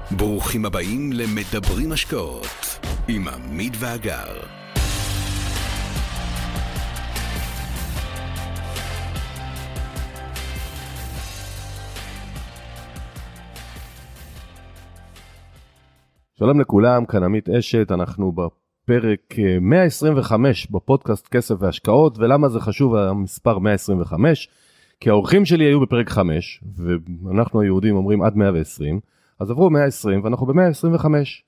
ברוכים הבאים למדברים השקעות עם עמית ואגר. שלום לכולם, כאן עמית אשת, אנחנו בפרק 125 בפודקאסט כסף והשקעות, ולמה זה חשוב המספר 125? כי האורחים שלי היו בפרק 5, ואנחנו היהודים אומרים עד 120, אז עברו 120 ואנחנו ב-125.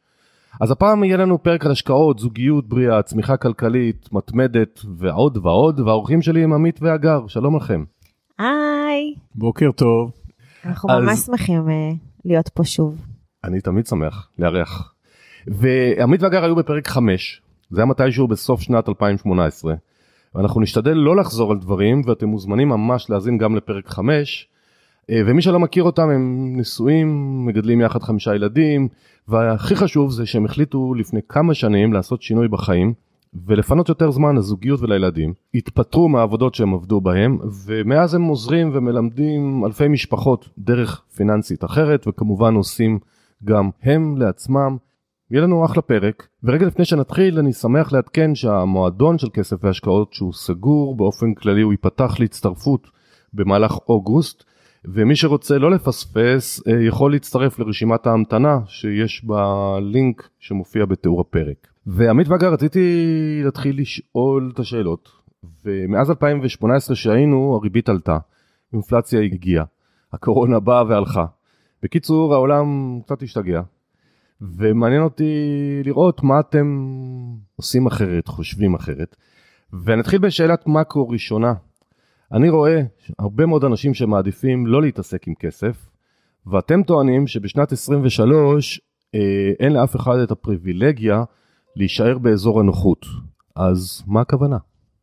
אז הפעם יהיה לנו פרק על השקעות, זוגיות בריאה, צמיחה כלכלית, מתמדת ועוד ועוד, והאורחים שלי הם עמית ואגר, שלום לכם. היי. בוקר טוב. אנחנו ממש שמחים להיות פה שוב. אני תמיד שמח לארח. ועמית ואגר היו בפרק 5, זה היה מתישהו בסוף שנת 2018, ואנחנו נשתדל לא לחזור על דברים, ואתם מוזמנים ממש להזין גם לפרק 5, ומי שלא מכיר אותם הם נשואים, מגדלים יחד 5 ילדים, והכי חשוב זה שהם החליטו לפני כמה שנים לעשות שינוי בחיים, ולפנות יותר זמן לזוגיות ולילדים, התפטרו מהעבודות שהם עבדו בהם, ומאז הם עוזרים ומלמדים אלפי משפחות דרך פיננסית אחרת, וכמובן עושים גם הם לעצמם. יהיה לנו אחלה פרק, ורגע לפני שנתחיל אני שמח לעדכן שהמועדון של כסף והשקעות שהוא סגור, באופן כללי הוא ייפתח להצטרפות במהלך אוגוסט, ומי שרוצה לא לפספס יכול להצטרף לרשימת ההמתנה שיש בלינק שמופיע בתיאור הפרק. ועמית ואגר, רציתי להתחיל לשאול את השאלות, ומאז 2018 שהיינו הריבית עלתה, אינפלציה הגיעה, הקורונה באה והלכה, בקיצור העולם קצת השתגע, ומעניין אותי לראות מה אתם עושים אחרת, חושבים אחרת, ונתחיל בשאלת מקרו ראשונה. אני רואה הרבה מאוד אנשים שמעדיפים לא להתעסק עם כסף, ואתם טוענים שבשנת 23 אין לאף אחד את הפריבילגיה להישאר באזור הנוחות. אז מה הכוונה?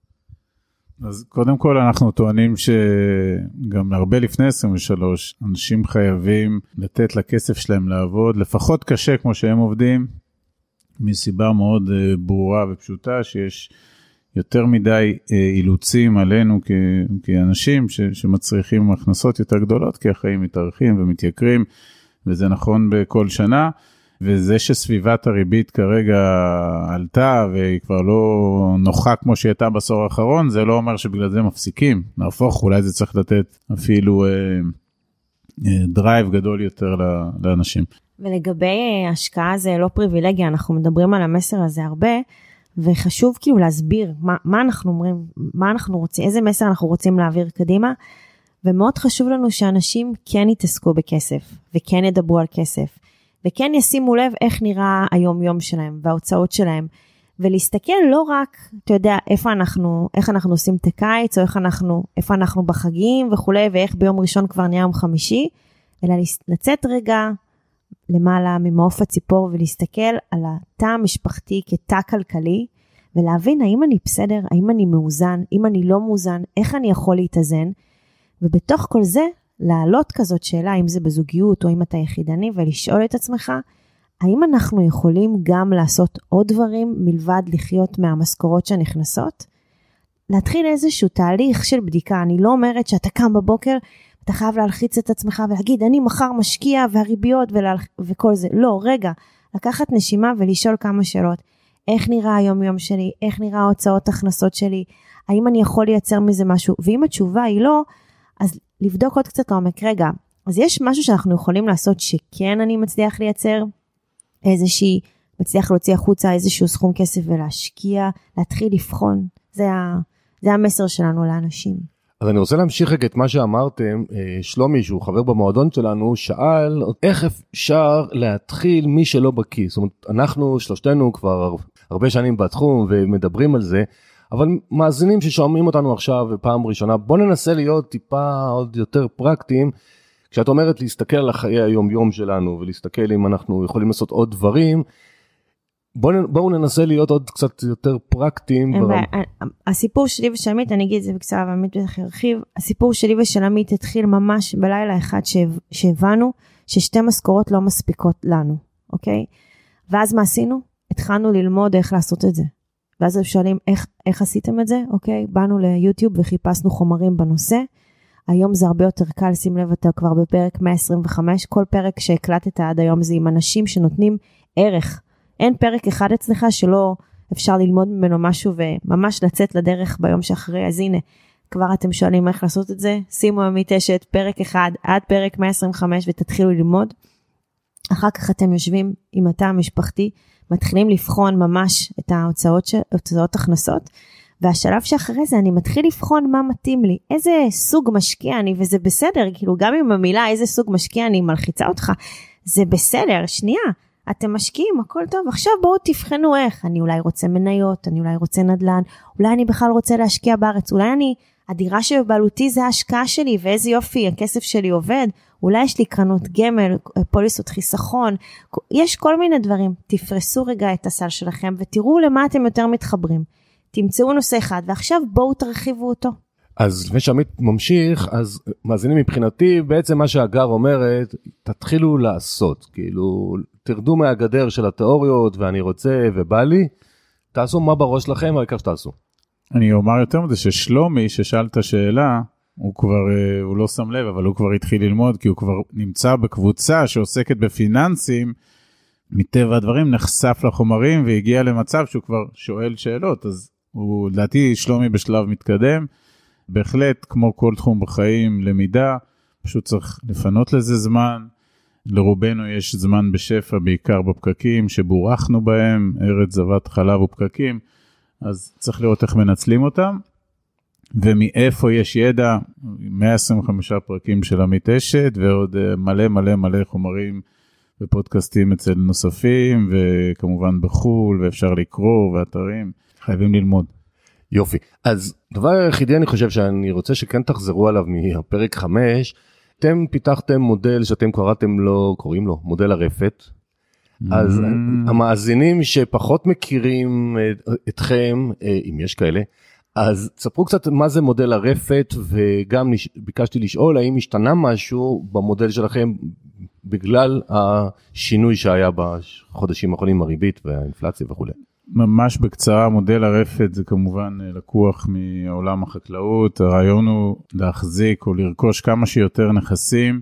אז קודם כל אנחנו טוענים שגם הרבה לפני 23 אנשים חייבים לתת לכסף שלהם לעבוד, לפחות קשה כמו שהם עובדים, מסיבה מאוד ברורה ופשוטה שיש יותר מדי אילוצים עלינו כאנשים שמצריכים הכנסות יותר גדולות, כי החיים מתארכים ומתייקרים, וזה נכון בכל שנה, וזה שסביבת הריבית כרגע עלתה, והיא כבר לא נוחה כמו שהיא הייתה בעשור האחרון, זה לא אומר שבגלל זה מפסיקים, נהפוך, אולי זה צריך לתת אפילו דרייב גדול יותר לאנשים. ולגבי השקעה זה לא פריבילגיה, אנחנו מדברים על המסר הזה הרבה, וחשוב כאילו להסביר מה אנחנו אומרים, מה אנחנו רוצים, איזה מסר אנחנו רוצים להעביר קדימה, ומאוד חשוב לנו שאנשים כן יתעסקו בכסף, וכן ידברו על כסף, וכן ישימו לב איך נראה היום יום שלהם, וההוצאות שלהם, ולהסתכל לא רק, אתה יודע, איך אנחנו עושים את הקיץ, או איפה אנחנו בחגים וכו', ואיך ביום ראשון כבר נהיה יום חמישי, אלא לצאת רגע למעלה ממעוף הציפור, ולהסתכל על התא המשפחתי כתא כלכלי, ולהבין האם אני בסדר, האם אני מאוזן, אם אני לא מאוזן, איך אני יכול להתאזן, ובתוך כל זה, להעלות כזאת שאלה, אם זה בזוגיות או אם אתה יחידני, ולשאול את עצמך, האם אנחנו יכולים גם לעשות עוד דברים, מלבד לחיות מהמשכורות שנכנסות? להתחיל איזשהו תהליך של בדיקה, אני לא אומרת שאתה קם בבוקר, אתה חייב להלחיץ את עצמך ולהגיד, אני מחר משקיע והריביות וכל זה. לא, רגע, לקחת נשימה ולשאול כמה שאלות. איך נראה היום יום שלי? איך נראה ההוצאות הכנסות שלי? האם אני יכול לייצר מזה משהו? ואם התשובה היא לא, אז לבדוק עוד קצת לעומק. רגע, אז יש משהו שאנחנו יכולים לעשות שכן אני מצליח לייצר מצליח להוציא החוצה איזשהו סכום כסף ולהשקיע, להתחיל לבחון. זה המסר שלנו לאנשים. אז אני רוצה להמשיך את מה שאמרתם. שלומי, שהוא חבר במועדון שלנו, שאל איך אפשר להתחיל מי שלא בקיא. זאת אומרת, אנחנו שלושתנו כבר הרבה שנים בתחום ומדברים על זה, אבל מאזינים ששומעים אותנו עכשיו פעם ראשונה, בוא ננסה להיות טיפה עוד יותר פרקטיים, כשאת אומרת להסתכל על החיי היום-יום שלנו, ולהסתכל אם אנחנו יכולים לעשות עוד דברים, בואו ננסה להיות עוד קצת יותר פרקטיים. הסיפור שלי ושל עמית, אני אגיד את זה בקצרה, ועמית בטח ירחיב, הסיפור שלי ושל עמית התחיל ממש בלילה אחד שהבנו, ששתי משכורות לא מספיקות לנו, אוקיי? ואז מה עשינו? התחלנו ללמוד איך לעשות את זה. ואז שואלים, איך עשיתם את זה? אוקיי, באנו ליוטיוב וחיפשנו חומרים בנושא, היום זה הרבה יותר קל, שים לב, אתה כבר בפרק 125, כל פרק שהקלטת עד היום זה עם אנשים שנותנים ערך. אין פרק אחד אצלך שלא אפשר ללמוד ממנו משהו וממש לצאת לדרך ביום שאחרי, אז הנה, כבר אתם שואלים איך לעשות את זה, שימו עמית אשת, פרק אחד עד פרק 125 ותתחילו ללמוד. אחר כך אתם יושבים עם התא המשפחתי, מתחילים לבחון ממש את ההוצאות הכנסות, והשלב שאחרי זה אני מתחיל לבחון מה מתאים לי, איזה סוג משקיע אני, וזה בסדר, כאילו גם עם המילה איזה סוג משקיע אני מלחיצה אותך, זה בסדר, שנייה, אתם משקיעים, הכל טוב, עכשיו בואו תבחנו איך, אני אולי רוצה מניות, אני אולי רוצה נדל"ן, אולי אני בכלל רוצה להשקיע בארץ, אולי הדירה שבבעלותי זה ההשקעה שלי, ואיזה יופי, הכסף שלי עובד, אולי יש לי קרנות גמל, פוליסות חיסכון, יש כל מיני דברים, תפרסו רגע את הסל שלכם, ותראו למה אתם יותר מתחברים, תמצאו נושא אחד, ועכשיו בואו תרחיבו אותו. אז לפני שעמית ממשיך, אז מאזינים מבחינתי, בעצם מה שהגר אומרת, תתחילו לעשות, כאילו, תרדו מהגדר של התיאוריות, ואני רוצה ובא לי, תעשו מה בראש לכם, העיקר שתעשו. אני אומר יותר מזה ששלומי, ששאל את השאלה, הוא לא שם לב, אבל הוא כבר התחיל ללמוד, כי הוא כבר נמצא בקבוצה שעוסקת בפיננסים, מטבע הדברים נחשף לחומרים, והגיע למצב שהוא כבר שואל שאלות, אז הוא, לדעתי, שלומי בשלב מתקדם, בהחלט, כמו כל תחום בחיים, למידה, פשוט צריך לפנות לזה זמן, לרובנו יש זמן בשפע, בעיקר בפקקים, שבורחנו בהם, ארץ זבת חלב ופקקים, אז צריך לראות איך מנצלים אותם, ומאיפה יש ידע, 125 פרקים של עמית אשת, ועוד מלא מלא מלא חומרים ופודקאסטים אצל נוספים, וכמובן בחול, ואפשר לקרוא, ואתרים, חייבים ללמוד. יופי, אז דבר היחידי אני חושב שאני רוצה שכן תחזרו עליו מהפרק 5, אתם פיתחתם מודל שאתם קוראים לו מודל הרפת, אז המאזינים שפחות מכירים אתכם, אם יש כאלה, אז תספרו קצת מה זה מודל הרפת, וגם ביקשתי לשאול האם השתנה משהו במודל שלכם, בגלל השינוי שהיה בחודשים האחרונים, הריבית והאינפלציה וכו'. ממש בקצרה, מודל הרפת זה כמובן לקוח מעולם החקלאות, הרעיון הוא להחזיק או לרכוש כמה שיותר נכסים,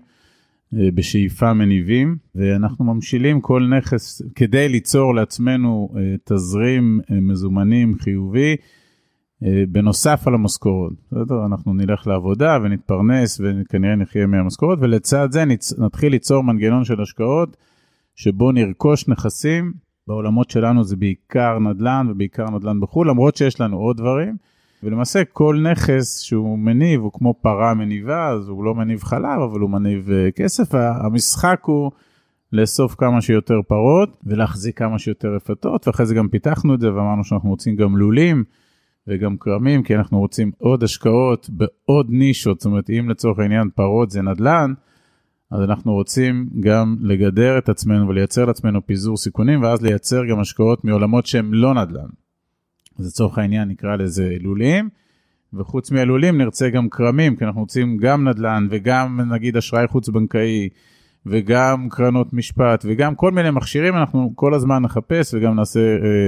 בשאיפה מניבים, ואנחנו ממשילים כל נכס כדי ליצור לעצמנו תזרים מזומנים חיובי, בנוסף על המשכורות. אנחנו נלך לעבודה ונתפרנס וכנראה נחיה מהמשכורות, ולצד זה נתחיל ליצור מנגנון של השקעות, שבו נרכוש נכסים, בעולמות שלנו זה בעיקר נדל"ן, ובעיקר נדל"ן בחול, למרות שיש לנו עוד דברים, ולמעשה כל נכס שהוא מניב, הוא כמו פרה מניבה, אז הוא לא מניב חלב, אבל הוא מניב כסף, המשחק הוא לאסוף כמה שיותר פרות, ולהחזיק כמה שיותר רפתות, ואחרי זה גם פיתחנו את זה, ואמרנו שאנחנו רוצים גם לולים, וגם קרמים, כי אנחנו רוצים עוד השקעות, בעוד נישות, זאת אומרת, אם לצורך העניין פרות זה נדל"ן, אז אנחנו רוצים גם לגדר את עצמנו, ולייצר לעצמנו פיזור סיכונים, ואז לייצר גם השקעות מעולמות שהן לא נדל"ן. אז לצורך העניין נקרא לזה לולים, וחוץ מהלולים נרצה גם קרמים, כי אנחנו רוצים גם נדל"ן, וגם נגיד אשראי חוץ בנקאי, וגם קרנות משפט, וגם כל מיני מכשירים, אנחנו כל הזמן נחפש, וגם נעשה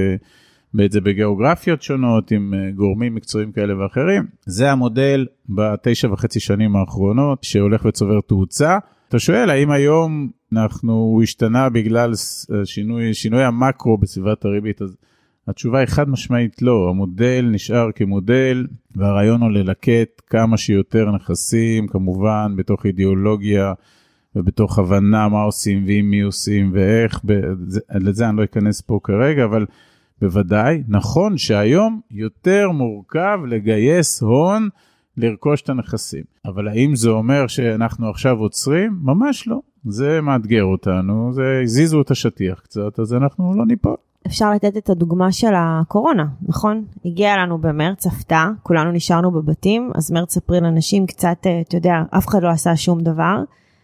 את זה בגיאוגרפיות שונות, עם גורמים מקצועיים כאלה ואחרים. זה המודל ב9.5 שנים האחרונות, שהולך וצובר תאוצה. אתה שואל, האם היום הוא השתנה בגלל שינוי המקרו בסביבת הריבית? אז התשובה היא חד משמעית לא, המודל נשאר כמודל, והרעיון הוא ללקט כמה שיותר נכסים, כמובן בתוך אידיאולוגיה, ובתוך הבנה מה עושים ועם מי עושים ואיך, לזה אני לא אכנס פה כרגע, אבל בוודאי, נכון שהיום יותר מורכב לגייס הון, לרכוש את הנכסים. אבל האם זה אומר שאנחנו עכשיו עוצרים? ממש לא. זה מאתגר אותנו, זה הזיזו את השטיח קצת, אז אנחנו לא ניפול. אפשר לתת את הדוגמה של הקורונה, נכון? הגיע לנו במרץ, הפתעה, כולנו נשארנו בבתים, אז מרץ אפריל אנשים קצת, אתה יודע, אף אחד לא עשה שום דבר,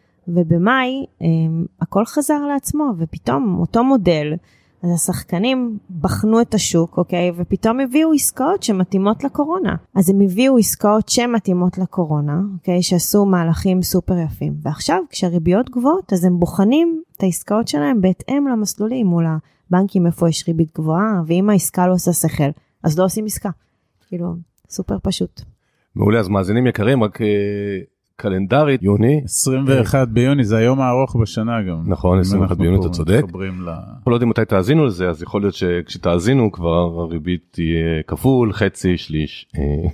ובמאי הכל חזר לעצמו, ופתאום אותו מודל, אז השחקנים בחנו את השוק, אוקיי? ופתאום הביאו עסקאות שמתאימות לקורונה. אז הם הביאו עסקאות שמתאימות לקורונה, אוקיי? שעשו מהלכים סופר יפים. ועכשיו, כשהריביות גבוהות, אז הם בוחנים את העסקאות שלהם בהתאם למסלולים, מול הבנקים איפה יש ריבית גבוהה, ואם העסקה לא עושה שכל, אז לא עושים עסקה. כאילו, סופר פשוט. מעולה, אז מאזינים יקרים, רק קלנדרית, יוני. 21 ביוני, זה היום הארוך בשנה גם. נכון, 21 ביוני, אתה צודק. אנחנו לא יודעים מתי תאזינו לזה, אז יכול להיות שכשתאזינו כבר הריבית תהיה כפול, חצי, שליש.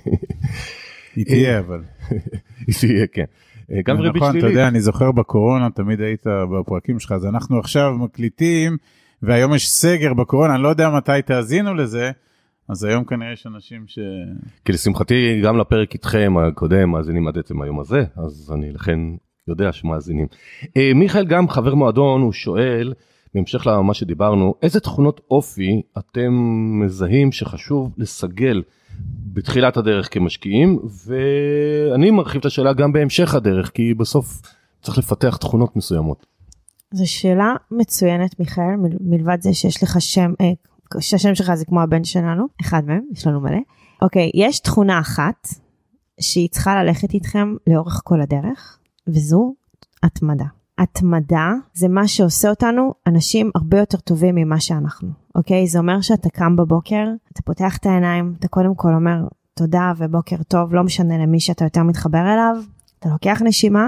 היא תהיה, אבל. היא תהיה, כן. גם ריבית שלילית. אתה יודע, אני זוכר בקורונה, תמיד היית בפרקים שלך, אז אנחנו עכשיו מקליטים, והיום יש סגר בקורונה, אני לא יודע מתי תאזינו לזה, אז היום כנראה יש אנשים כי לשמחתי, גם לפרק איתכם הקודם, מאזינים עד עצם היום הזה, אז אני לכן יודע שמאזינים. מיכאל גם חבר מועדון, הוא שואל, בהמשך למה שדיברנו, איזה תכונות אופי אתם מזהים שחשוב לסגל בתחילת הדרך כמשקיעים, ואני מרחיב את השאלה גם בהמשך הדרך, כי בסוף צריך לפתח תכונות מסוימות. זו שאלה מצוינת, מיכאל, מלבד זה שיש לך שם, שהשם שלך זה כמו הבן שלנו, אחד מהם, יש לנו מלא. אוקיי, יש תכונה אחת, שהיא צריכה ללכת איתכם לאורך כל הדרך, וזו התמדה. התמדה זה מה שעושה אותנו אנשים הרבה יותר טובים ממה שאנחנו. אוקיי? זה אומר שאתה קם בבוקר, אתה פותח את העיניים, אתה קודם כל אומר תודה ובוקר טוב, לא משנה למי שאתה יותר מתחבר אליו, אתה לוקח נשימה,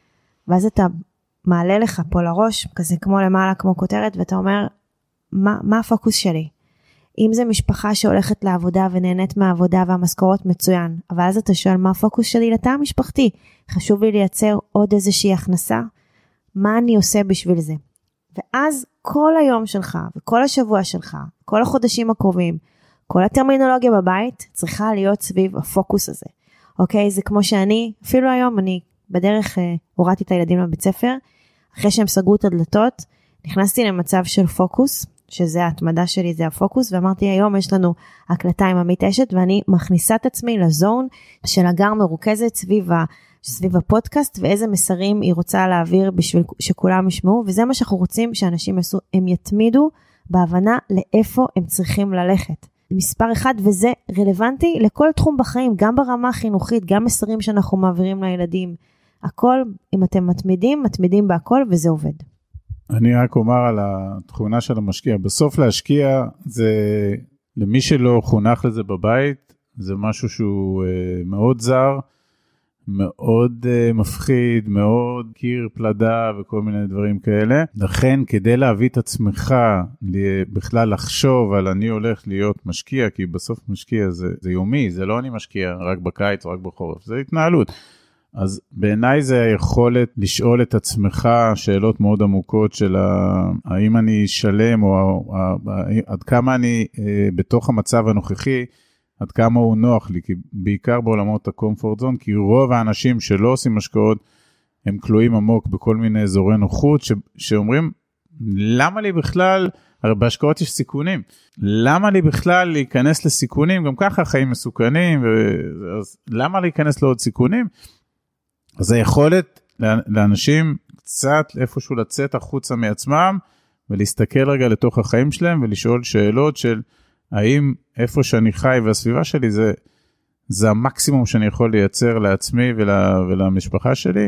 ואז אתה מעלה לך פה לראש, כזה כמו למעלה, כמו כותרת, ואתה אומר, מה הפוקוס שלי? אם זה משפחה שהולכת לעבודה ונהנית מהעבודה והמשכורת מצוין, אבל אז אתה שואל מה הפוקוס שלי לתא המשפחתי? חשוב לי לייצר עוד איזושהי הכנסה? מה אני עושה בשביל זה? ואז כל היום שלך, וכל השבוע שלך, כל החודשים הקרובים, כל הטרמינולוגיה בבית, צריכה להיות סביב הפוקוס הזה. אוקיי? זה כמו שאני, אפילו היום אני בדרך הורדתי את הילדים לבית ספר, אחרי שהם סגרו את הדלתות, נכנסתי למצב של פוקוס, שזה ההתמדה שלי, זה הפוקוס, ואמרתי היום יש לנו הקלטה עם עמית אשת, ואני מכניסה את עצמי לזון של הגר מרוכזת סביב הפודקאסט, ואיזה מסרים היא רוצה להעביר בשביל שכולם ישמעו, וזה מה שאנחנו רוצים שאנשים יעשו, הם יתמידו בהבנה לאיפה הם צריכים ללכת. מספר אחד, וזה רלוונטי לכל תחום בחיים, גם ברמה החינוכית, גם מסרים שאנחנו מעבירים לילדים. הכל, אם אתם מתמידים בהכל, וזה עובד. אני רק אומר על התכונה של המשקיע. בסוף להשקיע, זה למי שלא חונך לזה בבית, זה משהו שהוא מאוד זר, מאוד מפחיד, מאוד קיר פלדה וכל מיני דברים כאלה. לכן כדי להביא את עצמך בכלל לחשוב על אני הולך להיות משקיע, כי בסוף משקיע זה יומי, זה לא אני משקיע רק בקיץ או רק בחורף, זה התנהלות. אז בעיניי זה היכולת לשאול את עצמך שאלות מאוד עמוקות של האם אני שלם או עד כמה אני בתוך המצב הנוכחי, עד כמה הוא נוח לי, כי בעיקר בעולמות הקומפורט זון, כי רוב האנשים שלא עושים השקעות, הם כלואים עמוק בכל מיני אזורי נוחות, שאומרים, למה לי בכלל, הרי בהשקעות יש סיכונים, למה לי בכלל להיכנס לסיכונים, גם ככה חיים מסוכנים, אז למה להיכנס לעוד סיכונים? אז היכולת לאנשים קצת איפשהו לצאת החוצה מעצמם, ולהסתכל רגע לתוך החיים שלהם, ולשאול שאלות של, האם איפה שאני חי והסביבה שלי זה המקסימום שאני יכול לייצר לעצמי ולמשפחה שלי,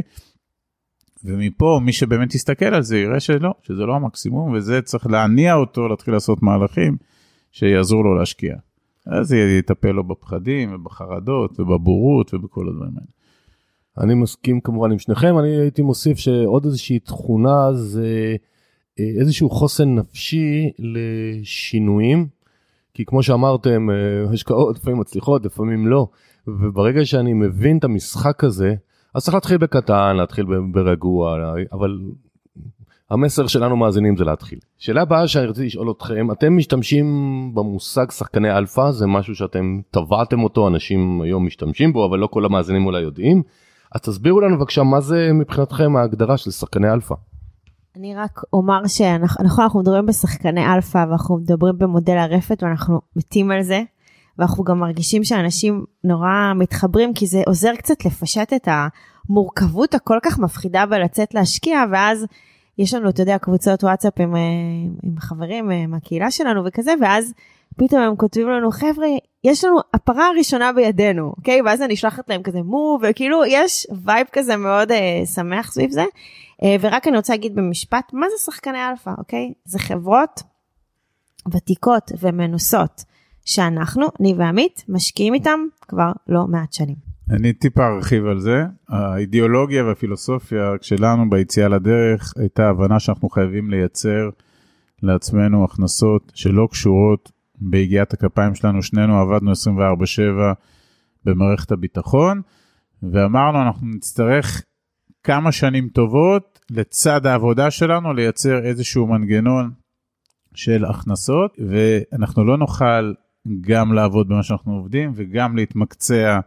ומפה מי שבאמת יסתכל על זה יראה שלא, שזה לא המקסימום, וזה צריך להניע אותו להתחיל לעשות מהלכים שיעזור לו להשקיע. אז יטפל לו בפחדים ובחרדות ובבורות ובכל הדברים האלה. אני מסכים כמובן עם שניכם, אני הייתי מוסיף שעוד איזושהי תכונה זה איזשהו חוסן נפשי לשינויים, כי כמו שאמרתם, השקעות לפעמים מצליחות, לפעמים לא, וברגע שאני מבין את המשחק הזה, אז צריך להתחיל בקטן, להתחיל ברגוע, אבל המסר שלנו מאזינים זה להתחיל. שאלה הבאה שאני רציתי לשאול אתכם, אתם משתמשים במושג שחקני אלפא, זה משהו שאתם טבעתם אותו, אנשים היום משתמשים בו, אבל לא כל המאזינים אולי יודעים, אז תסבירו לנו בבקשה, מה זה מבחינתכם ההגדרה של שחקני אלפא? אני רק אומר שאנחנו מדברים בשחקני אלפא, ואנחנו מדברים במודל הרפת, ואנחנו מתים על זה, ואנחנו גם מרגישים שאנשים נורא מתחברים, כי זה עוזר קצת לפשט את המורכבות הכל כך מפחידה בלצאת להשקיע, ואז יש לנו, אתה יודע, קבוצות וואטסאפ עם חברים מהקהילה שלנו וכזה, ואז פתאום הם כותבים לנו, חבר'ה, יש לנו הפרה הראשונה בידינו, אוקיי? ואז אני אשלחת להם כזה מו, וכאילו יש וייב כזה מאוד שמח סביב זה, ורק אני רוצה להגיד במשפט, מה זה שחקני אלפא, אוקיי? זה חברות ותיקות ומנוסות, שאנחנו, אני ועמית, משקיעים איתם כבר לא מעט שנים. אני טיפה ארחיב על זה. האידיאולוגיה והפילוסופיה שלנו ביציאה לדרך הייתה הבנה שאנחנו חייבים לייצר לעצמנו הכנסות שלא קשורות בהגיעת הכפיים שלנו. שנינו עבדנו 24/7 במערכת הביטחון, ואמרנו אנחנו נצטרך כמה שנים טובות לצד העבודה שלנו לייצר איזשהו מנגנון של הכנסות, ואנחנו לא נוכל גם לעבוד במה שאנחנו עובדים וגם להתמקצע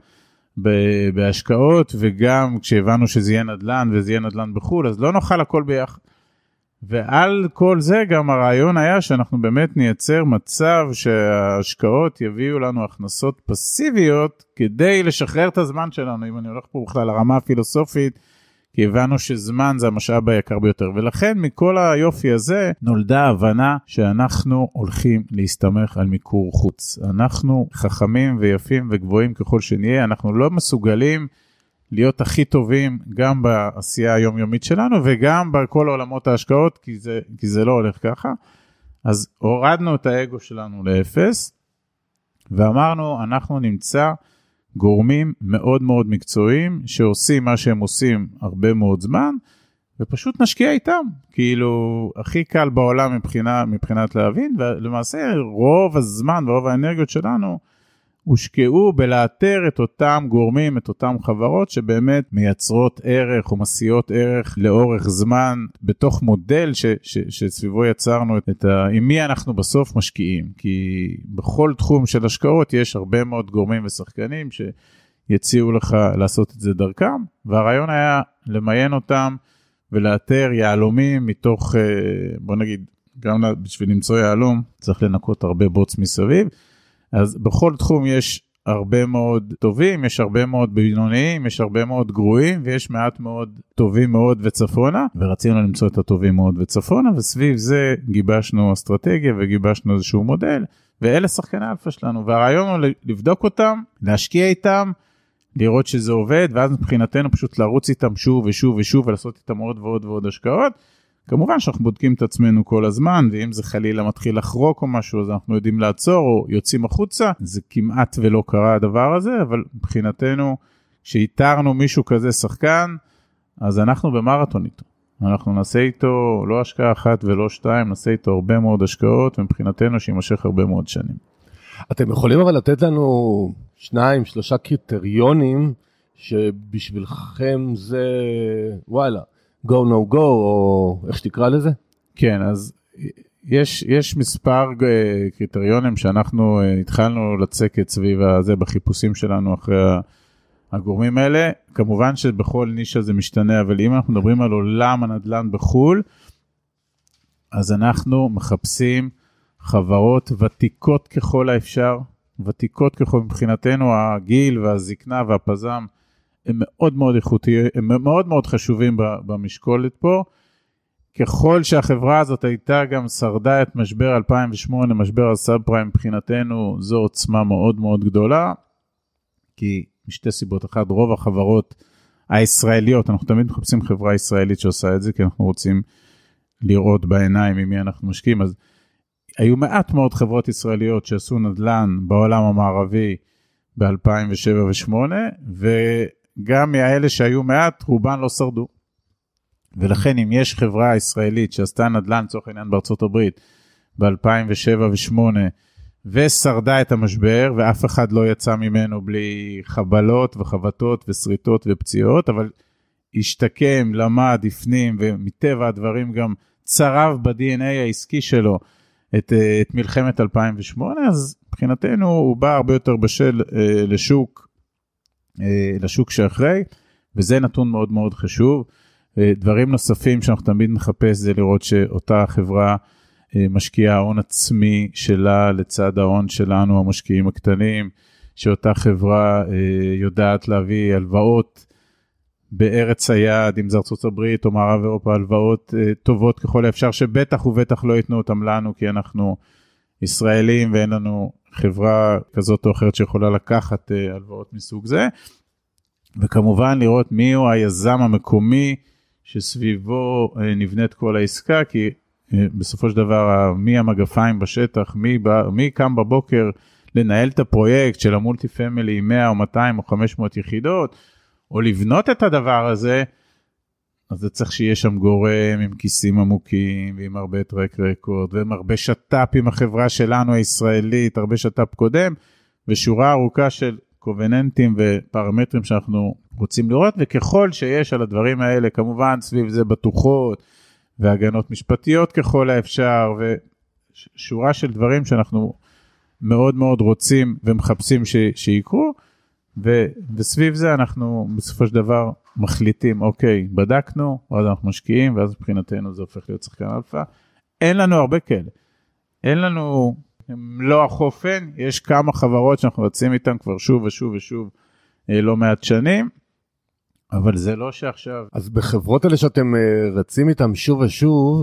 בהשקעות, וגם כשהבנו שזה יהיה נדל"ן וזה יהיה נדל"ן בחול, אז לא נוכל הכל ביחד. ועל כל זה גם הרעיון היה שאנחנו באמת נייצר מצב שההשקעות יביאו לנו הכנסות פסיביות כדי לשחרר את הזמן שלנו. אם אני הולך פה בכלל לרמה הפילוסופית, כי הבנו שזמן זה המשאב היקר ביותר, ולכן מכל היופי הזה נולדה הבנה שאנחנו הולכים להסתמך על מיקור חוץ. אנחנו חכמים ויפים וגבוהים ככל שנהיה, אנחנו לא מסוגלים להיות הכי טובים גם בעשייה היומיומית שלנו וגם בכל עולמות ההשקעות, כי זה לא הולך ככה. אז הורדנו את האגו שלנו לאפס, ואמרנו אנחנו נמצא גורמים מאוד מאוד מקצועיים שעושים מה שהם עושים הרבה מאוד זמן, ופשוט נשקיע איתם. כאילו הכי קל בעולם מבחינת להבין, ולמעשה רוב הזמן ורוב האנרגיות שלנו הושקעו בלאתר את אותם גורמים, את אותם חברות שבאמת מייצרות ערך או מסיעות ערך לאורך זמן, בתוך מודל שסביבו יצרנו עם מי אנחנו בסוף משקיעים. כי בכל תחום של השקעות יש הרבה מאוד גורמים ושחקנים שיציעו לך לעשות את זה דרכם, והרעיון היה למיין אותם ולאתר יעלומים מתוך, בוא נגיד, גם בשביל למצוא יעלום צריך לנקות הרבה בוץ מסביב. אז בכל תחום יש הרבה מאוד טובים, יש הרבה מאוד בינוניים, יש הרבה מאוד גרועים, ויש מעט מאוד טובים מאוד וצפונה, ורצינו למצוא את הטובים מאוד וצפונה, וסביב זה גיבשנו אסטרטגיה וגיבשנו איזשהו מודל, ואלה שחקני האלפא שלנו, והרעיון הוא לבדוק אותם, להשקיע איתם, לראות שזה עובד, ואז מבחינתנו פשוט לרוץ איתם שוב ושוב ושוב, ולעשות איתם עוד ועוד ועוד השקעות. כמובן שאנחנו בודקים את עצמנו כל הזמן, ואם זה חלילה מתחיל לחרוק או משהו, אז אנחנו יודעים לעצור או יוצאים החוצה. זה כמעט ולא קרה הדבר הזה, אבל מבחינתנו, כשאיתרנו מישהו כזה שחקן, אז אנחנו במרתון איתו. אנחנו נעשה איתו לא השקעה אחת ולא שתיים, נעשה איתו הרבה מאוד השקעות, ומבחינתנו שימשך הרבה מאוד שנים. אתם יכולים אבל לתת לנו 2-3 קריטריונים, שבשבילכם זה וואלה. go no go, או איך שתקרא לזה? כן, אז יש מספר קריטריונים שאנחנו התחלנו לצקת סביב הזה בחיפושים שלנו אחרי הגורמים האלה. כמובן שבכל נישה זה משתנה, אבל אם אנחנו מדברים על עולם הנדל"ן בחול, אז אנחנו מחפשים חברות ותיקות ככל האפשר, ותיקות ככל מבחינתנו, הגיל והזקנה והפזם, הם מאוד מאוד איכותיים, הם מאוד מאוד חשובים במשקולת פה. ככל שהחברה הזאת הייתה גם שרדה את משבר 2008, משבר הסאב פריים, מבחינתנו זו עוצמה מאוד מאוד גדולה, כי משתי סיבות. אחת, רוב החברות הישראליות, אנחנו תמיד מחפשים חברה ישראלית שעושה את זה, כי אנחנו רוצים לראות בעיניים עם מי אנחנו משקיעים. אז היו מעט מאוד חברות ישראליות שעשו נדל"ן בעולם המערבי ב-2007 ו-2008, גם מהאלה שהיו מעט, רובן לא שרדו. ולכן אם יש חברה ישראלית שעשתה נדל"ן, צורך העניין בארצות הברית, ב-2007 ו-2008, ושרדה את המשבר, ואף אחד לא יצא ממנו בלי חבלות וחבטות ושריטות ופציעות, אבל השתקם, למד, הפנים, ומטבע הדברים גם צרב ב-DNA העסקי שלו את מלחמת 2008, אז מבחינתנו הוא בא הרבה יותר בשל לשוק שאחרי, וזה נתון מאוד מאוד חשוב. דברים נוספים שאנחנו תמיד נחפש זה לראות שאותה חברה משקיעה ההון עצמי שלה לצד ההון שלנו, המשקיעים הקטנים, שאותה חברה יודעת להביא הלוואות בארץ היעד, אם זה ארצות הברית או מערב אירופה, הלוואות טובות ככל האפשר, שבטח ובטח לא ייתנו אותם לנו, כי אנחנו ישראלים ואין לנו חברה כזאת או אחרת שיכולה לקחת הלוואות מסוג זה. וכמובן לראות מי הוא היזם המקומי שסביבו נבנית כל העסקה, כי בסופו של דבר מי המגפיים בשטח, מי קם בבוקר לנהל את הפרויקט של המולטי פמילי עם 100 או 200 או 500 יחידות, או לבנות את הדבר הזה, אז זה צריך שיהיה שם גורם עם כיסים עמוקים, ועם הרבה טרק רקורד, ועם הרבה שטאפ עם החברה שלנו הישראלית, הרבה שטאפ קודם, ושורה ארוכה של קובננטים ופרמטרים שאנחנו רוצים לראות, וככל שיש על הדברים האלה, כמובן סביב זה בטוחות, והגנות משפטיות ככל האפשר, ושורה של דברים שאנחנו מאוד מאוד רוצים ומחפשים שיקרו, וסביב זה אנחנו בסופו של דבר מחליטים, אוקיי, בדקנו, ואז אנחנו משקיעים, ואז מבחינתנו זה הופך להיות שחקן אלפא. אין לנו הרבה כאלה. אין לנו, לא החופן, יש כמה חברות שאנחנו רצים איתן כבר שוב ושוב ושוב, לא מעט שנים, אבל זה לא שעכשיו. אז בחברות האלה שאתם רצים איתן שוב ושוב,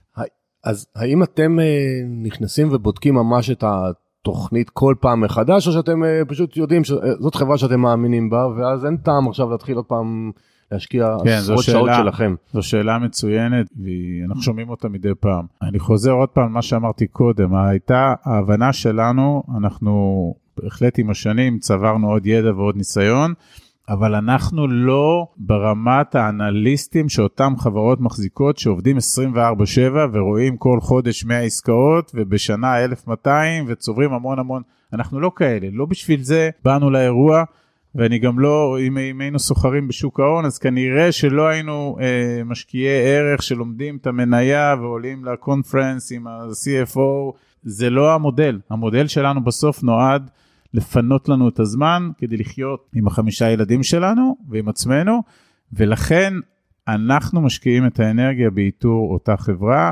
אז האם אתם נכנסים ובודקים ממש את התוכנית כל פעם מחדש, או שאתם פשוט יודעים שזאת חברה שאתם מאמינים בה, ואז אין טעם עכשיו להתחיל עוד פעם להשקיע עשרות שעות שלכם? זו שאלה מצוינת, ואנחנו שומעים אותה מדי פעם. אני חוזר עוד פעם מה שאמרתי קודם, הייתה ההבנה שלנו, אנחנו בהחלט עם השנים צברנו עוד ידע ועוד ניסיון, אבל אנחנו לא ברמת האנליסטים שאותם חברות מחזיקות שעובדים 24/7 ורואים כל חודש 100 עסקאות ובשנה 1200 וצוברים המון המון, אנחנו לא כאלה, לא בשביל זה באנו לאירוע, ואני גם לא, אם היינו סוחרים בשוק ההון, אז כנראה שלא היינו משקיעי ערך שלומדים את המניה ועולים לקונפרנס עם ה-CFO, זה לא המודל, המודל שלנו בסוף נועד לפנות לנו את הזמן כדי לחיות עם 5 ילדים שלנו ועם עצמנו, ולכן אנחנו משקיעים את האנרגיה באיתור אותה חברה,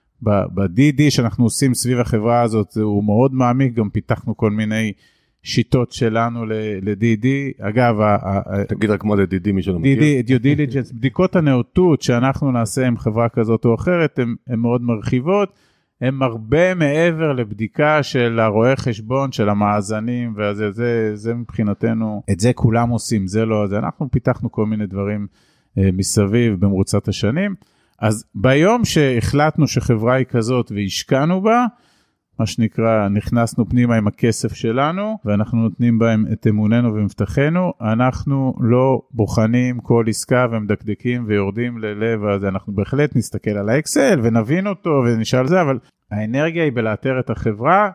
ב-DD שאנחנו עושים סביב החברה הזאת, הוא מאוד מעמיק, גם פיתחנו כל מיני שיטות שלנו ל-DD, אגב, תגיד רק כמו ל-DD מי שלא מכיר. DD, due diligence, בדיקות הנאותות שאנחנו נעשה עם חברה כזאת או אחרת, הן מאוד מרחיבות, הם הרבה מעבר לבדיקה של הרואה חשבון, של המאזנים, וזה מבחינתנו, את זה כולם עושים, זה לא, זה אנחנו פיתחנו כל מיני דברים מסביב במרוצת השנים, אז ביום שהחלטנו שחברה היא כזאת והשקענו בה, מה שנקרא, נכנסנו פנימה עם הכסף שלנו, ואנחנו נותנים בהם את אמוננו ומבטחנו, אנחנו לא בוחנים כל עסקה ומדקדקים ויורדים ללב, אז אנחנו בהחלט נסתכל על האקסל ונבין אותו ונשאל זה, אבל האנרגיה היא בלאתר את החברה,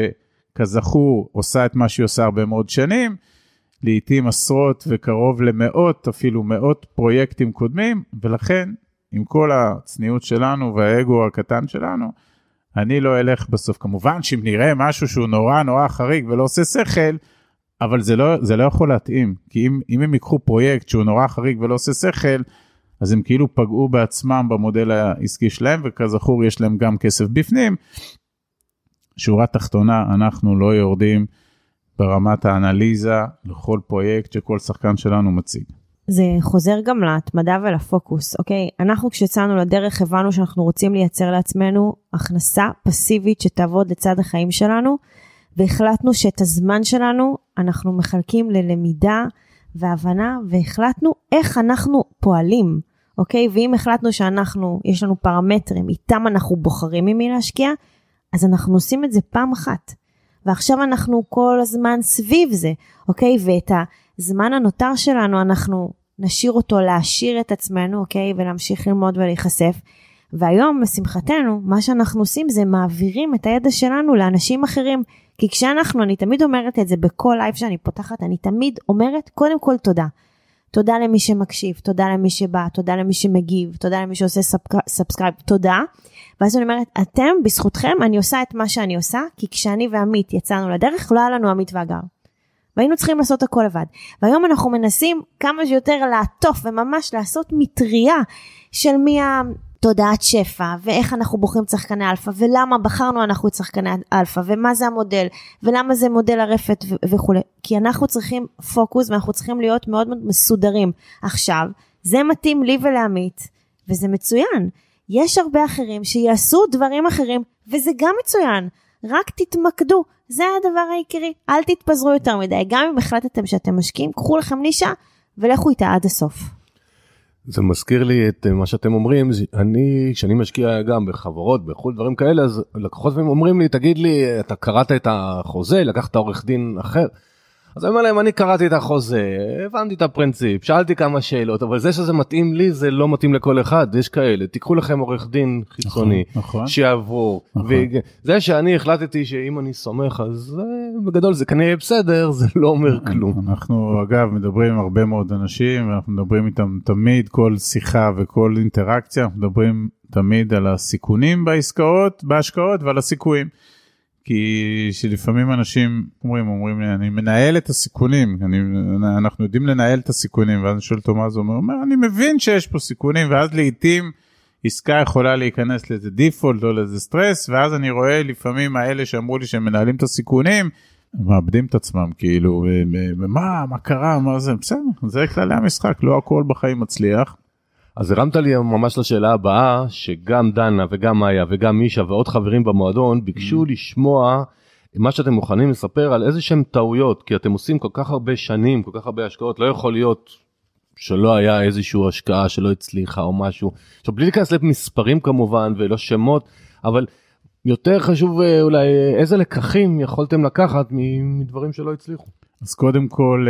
שכזכור עושה את מה שהיא עושה הרבה מאוד שנים, לעתים עשרות וקרוב למאות, אפילו מאות פרויקטים קודמים, ולכן עם כל הצניעות שלנו והאגו הקטן שלנו, אני לא אלך בסוף, כמובן שאם נראה משהו שהוא נורא נורא חריג ולא עושה שכל, אבל זה לא יכול להתאים, כי אם הם יקחו פרויקט שהוא נורא חריג ולא עושה שכל, אז הם כאילו פגעו בעצמם במודל העסקי שלהם, וכזכור יש להם גם כסף בפנים. שורה תחתונה, אנחנו לא יורדים ברמת האנליזה לכל פרויקט שכל שחקן שלנו מציג. זה חוזר גם להתמדה ולפוקוס, אוקיי? אנחנו כשיצאנו לדרך הבנו שאנחנו רוצים לייצר לעצמנו הכנסה פסיבית שתעבוד לצד החיים שלנו, והחלטנו שאת הזמן שלנו אנחנו מחלקים ללמידה והבנה, והחלטנו איך אנחנו פועלים, אוקיי? ואם החלטנו שאנחנו, יש לנו פרמטרים, איתם אנחנו בוחרים ממי להשקיע, אז אנחנו עושים את זה פעם אחת. ועכשיו אנחנו כל הזמן סביב זה, אוקיי? ואת הזמן הנותר שלנו אנחנו נשאיר אותו להשאיר את עצמנו, אוקיי? ולהמשיך ללמוד ולהיחשף. והיום, לשמחתנו, מה שאנחנו עושים זה מעבירים את הידע שלנו לאנשים אחרים. כי כשאנחנו, אני תמיד אומרת את זה בכל לייב שאני פותחת, אני תמיד אומרת, קודם כל תודה. תודה למי שמקשיב, תודה למי שבא, תודה למי שמגיב, תודה למי שעושה סאבסקרייב, תודה. ואז אני אומרת, אתם, בזכותכם, אני עושה את מה שאני עושה, כי כשאני ועמית יצאנו לדרך, לא היה לנו עמית ואגר. והיינו צריכים לעשות הכל לבד. והיום אנחנו מנסים כמה שיותר לעטוף, וממש לעשות מטריה של מי התודעת שפע, ואיך אנחנו בוחרים צחקני אלפא, ולמה בחרנו אנחנו את צחקני אלפא, ומה זה המודל, ולמה זה מודל הרפת וכו'. כי אנחנו צריכים פוקוס, ואנחנו צריכים להיות מאוד מאוד מסודרים. עכשיו, זה מתאים לי ולעמית, וזה מצוין. יש הרבה אחרים שיעשו דברים אחרים, וזה גם מצוין. רק תתמקדו, זה הדבר העיקרי. אל תתפזרו יותר מדי. גם אם החלטתם שאתם משקיעים, קחו לכם נישה, ולכו איתה עד הסוף. זה מזכיר לי את מה שאתם אומרים, כשאני משקיע גם בחברות, בכל דברים כאלה, אז לקוחות אומרים לי, תגיד לי, אתה קראת את החוזה, לקחת עורך דין אחר? אז אני אומר להם, אני קראתי את החוזה, הבנתי את הפרינציפ, שאלתי כמה שאלות, אבל זה שזה מתאים לי, זה לא מתאים לכל אחד, יש כאלה, תיקחו לכם עורך דין חיצוני, שיעבור, וזה שאני החלטתי שאם אני סומך, אז בגדול זה כנראה בסדר, זה לא אומר כלום. אנחנו אגב מדברים עם הרבה מאוד אנשים, ואנחנו מדברים איתם תמיד, כל שיחה וכל אינטראקציה, אנחנו מדברים תמיד על הסיכונים בעסקאות, בהשקעות ועל הסיכויים. כי שלפעמים אנשים אומרים לי, אני מנהל את הסיכונים, אנחנו יודעים לנהל את הסיכונים, ואז אני שואל אותו מה זה אומר, אני מבין שיש פה סיכונים, ואז לעתים עסקה יכולה להיכנס לאיזה דיפולט או לאיזה סטרס, ואז אני רואה לפעמים האלה שאמרו לי שהם מנהלים את הסיכונים, מאבדים את עצמם, כאילו, מה קרה, מה זה, בסדר, זה כללי המשחק, לא הכל בחיים מצליח. אז הרמת לי ממש לשאלה הבאה, שגם דנה וגם מאיה וגם מישה ועוד חברים במועדון ביקשו לשמוע מה שאתם מוכנים לספר על איזה שהם טעויות, כי אתם עושים כל כך הרבה שנים, כל כך הרבה השקעות, לא יכול להיות שלא היה איזושהי השקעה שלא הצליחה או משהו. עכשיו בלי להיכנס למספרים כמובן ולא שמות, אבל יותר חשוב אולי איזה לקחים יכולתם לקחת מדברים שלא הצליחו. אז קודם כל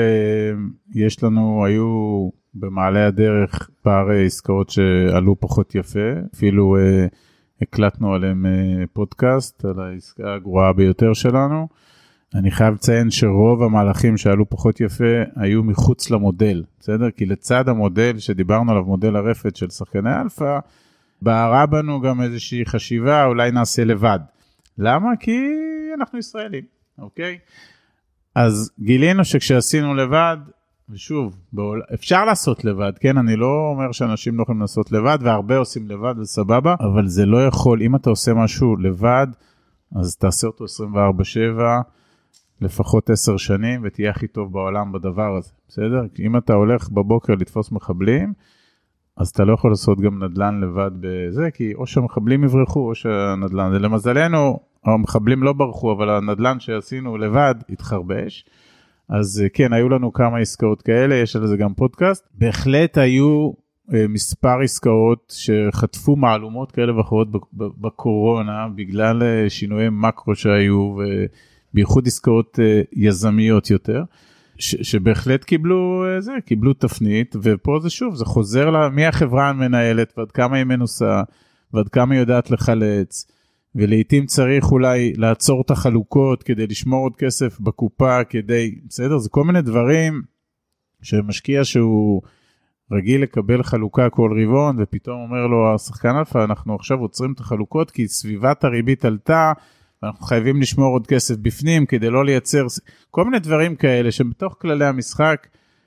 היו במעלה הדרך פערי עסקאות שעלו פחות יפה, אפילו הקלטנו עליהם פודקאסט, על העסקה הגרועה ביותר שלנו. אני חייב לציין שרוב המהלכים שעלו פחות יפה היו מחוץ למודל, בסדר? כי לצד המודל שדיברנו עליו, מודל הרפת של שחקני אלפא, בערה בנו גם איזושהי חשיבה, אולי נעשה לבד. למה? כי אנחנו ישראלים, אוקיי? אז גילינו שכשעשינו לבד, ושוב, אפשר לעשות לבד, כן? אני לא אומר שאנשים לא יכולים לעשות לבד, והרבה עושים לבד וסבבה, אבל זה לא יכול, אם אתה עושה משהו לבד, אז תעשה אותו 24/7, לפחות 10 שנים, ותהיה הכי טוב בעולם בדבר הזה, בסדר? אם אתה הולך בבוקר לתפוס מחבלים, אז אתה לא יכול לעשות גם נדל"ן לבד בזה, כי או שהמחבלים יברחו, או שהנדל"ן, למזלנו, המחבלים לא ברחו, אבל הנדל"ן שעשינו לבד התחרבש, אז כן, היו לנו כמה עסקאות כאלה, יש על זה גם פודקאסט. בהחלט היו מספר עסקאות שחטפו מעלומות כאלה ואחרות בקורונה, בגלל שינויי מקרו שהיו, ובייחוד עסקאות יזמיות יותר, שבהחלט קיבלו תפנית, ופה זה שוב, זה חוזר מי החברה המנהלת, ועד כמה היא מנוסה, ועד כמה היא יודעת לחלץ, ולעיתים צריך אולי לעצור את החלוקות כדי לשמור עוד כסף בקופה, בסדר, זה כל מיני דברים שמשקיע שהוא רגיל לקבל חלוקה כל רבעון, ופתאום אומר לו השחקן אלפא, אנחנו עכשיו עוצרים את החלוקות, כי סביבת הריבית עלתה, ואנחנו חייבים לשמור עוד כסף בפנים, כדי לא לייצר, כל מיני דברים כאלה, שבתוך כללי המשחק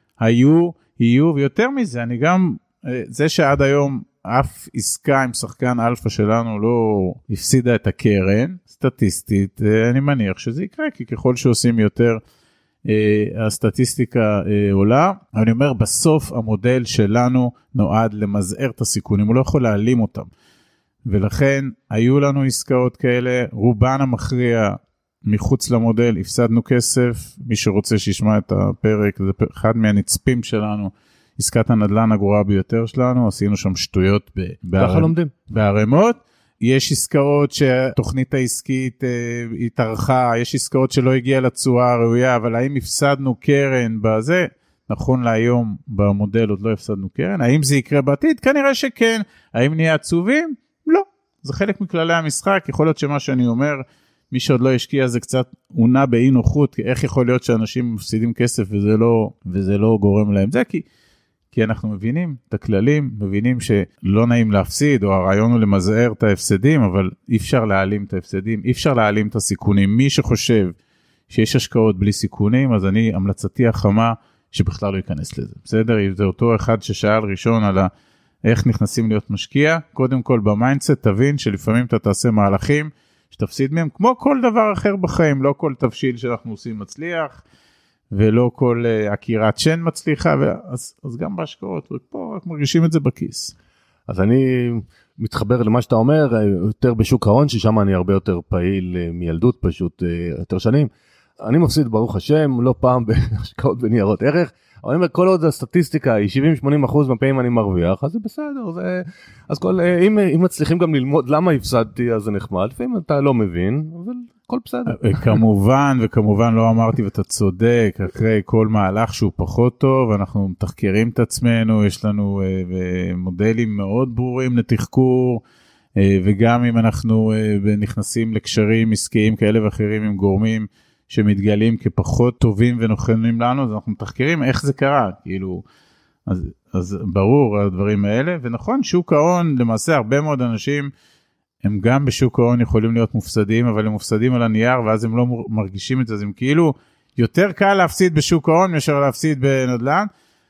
יהיו, ויותר מזה, אני גם, זה שעד היום, אף עסקה עם שחקן אלפא שלנו לא הפסידה את הקרן, סטטיסטית, אני מניח שזה יקרה, כי ככל שעושים יותר, הסטטיסטיקה עולה. אני אומר, בסוף המודל שלנו נועד למזער את הסיכונים, הוא לא יכול להעלים אותם. ולכן היו לנו עסקאות כאלה, רובן המכריע מחוץ למודל, הפסדנו כסף, מי שרוצה שישמע את הפרק, זה אחד מהנצפים שלנו, עסקת הנדל"ן הגרועה ביותר שלנו, עשינו שם שטויות בערמות, יש עסקאות שהתוכנית העסקית התארכה, יש עסקאות שלא הגיעה לתשואה הראויה, אבל האם הפסדנו קרן בזה? נכון להיום במודל עוד לא הפסדנו קרן, האם זה יקרה בעתיד? כנראה שכן, האם נהיה עצובים? לא, זה חלק מכללי המשחק, יכול להיות שמה שאני אומר, מי שעוד לא השקיע זה קצת עונה באי נוחות, איך יכול להיות שאנשים מפסידים כסף וזה לא גורם להם זה, כי אנחנו מבינים את הכללים, מבינים שלא נעים להפסיד, או הרעיון הוא למזער את ההפסדים, אבל אי אפשר להעלים את ההפסדים, אי אפשר להעלים את הסיכונים. מי שחושב שיש השקעות בלי סיכונים, אז המלצתי החמה שבכלל לא ייכנס לזה. בסדר? זה אותו אחד ששאל ראשון על איך נכנסים להיות משקיע. קודם כל במיינדסט תבין שלפעמים אתה תעשה מהלכים שתפסיד מהם, כמו כל דבר אחר בחיים, לא כל תבשיל שאנחנו עושים מצליח, ולא כל עקירת שן מצליחה, אז גם בהשקעות, ופה רק מרגישים את זה בכיס. אז אני מתחבר למה שאתה אומר, יותר בשוק ההון, ששם אני הרבה יותר פעיל מילדות, פשוט יותר שנים. אני מפסיד ברוך השם, לא פעם בהשקעות בניירות ערך, אבל אם כל עוד הסטטיסטיקה היא 70-80% מהפעמים אני מרוויח, אז זה בסדר, אז אם מצליחים גם ללמוד למה הפסדתי, אז זה נחמד, לפעמים אתה לא מבין, אבל הכל בסדר. וכמובן לא אמרתי ואתה צודק, אחרי כל מהלך שהוא פחות טוב, אנחנו מתחקרים את עצמנו, יש לנו מודלים מאוד ברורים לתחקור, וגם אם אנחנו נכנסים לקשרים עסקיים כאלה ואחרים עם גורמים שמתגלים כפחות טובים ונכונים לנו, אז אנחנו מתחקרים איך זה קרה, כאילו, אז ברור הדברים האלה, ונכון, שוק ההון, למעשה הרבה מאוד אנשים, הם גם בשוק ההון יכולים להיות מופסדים, אבל הם מופסדים על הנייר, ואז הם לא מרגישים את זה, אז הם כאילו, יותר קל להפסיד בשוק ההון, מאשר להפסיד בנדל"ן,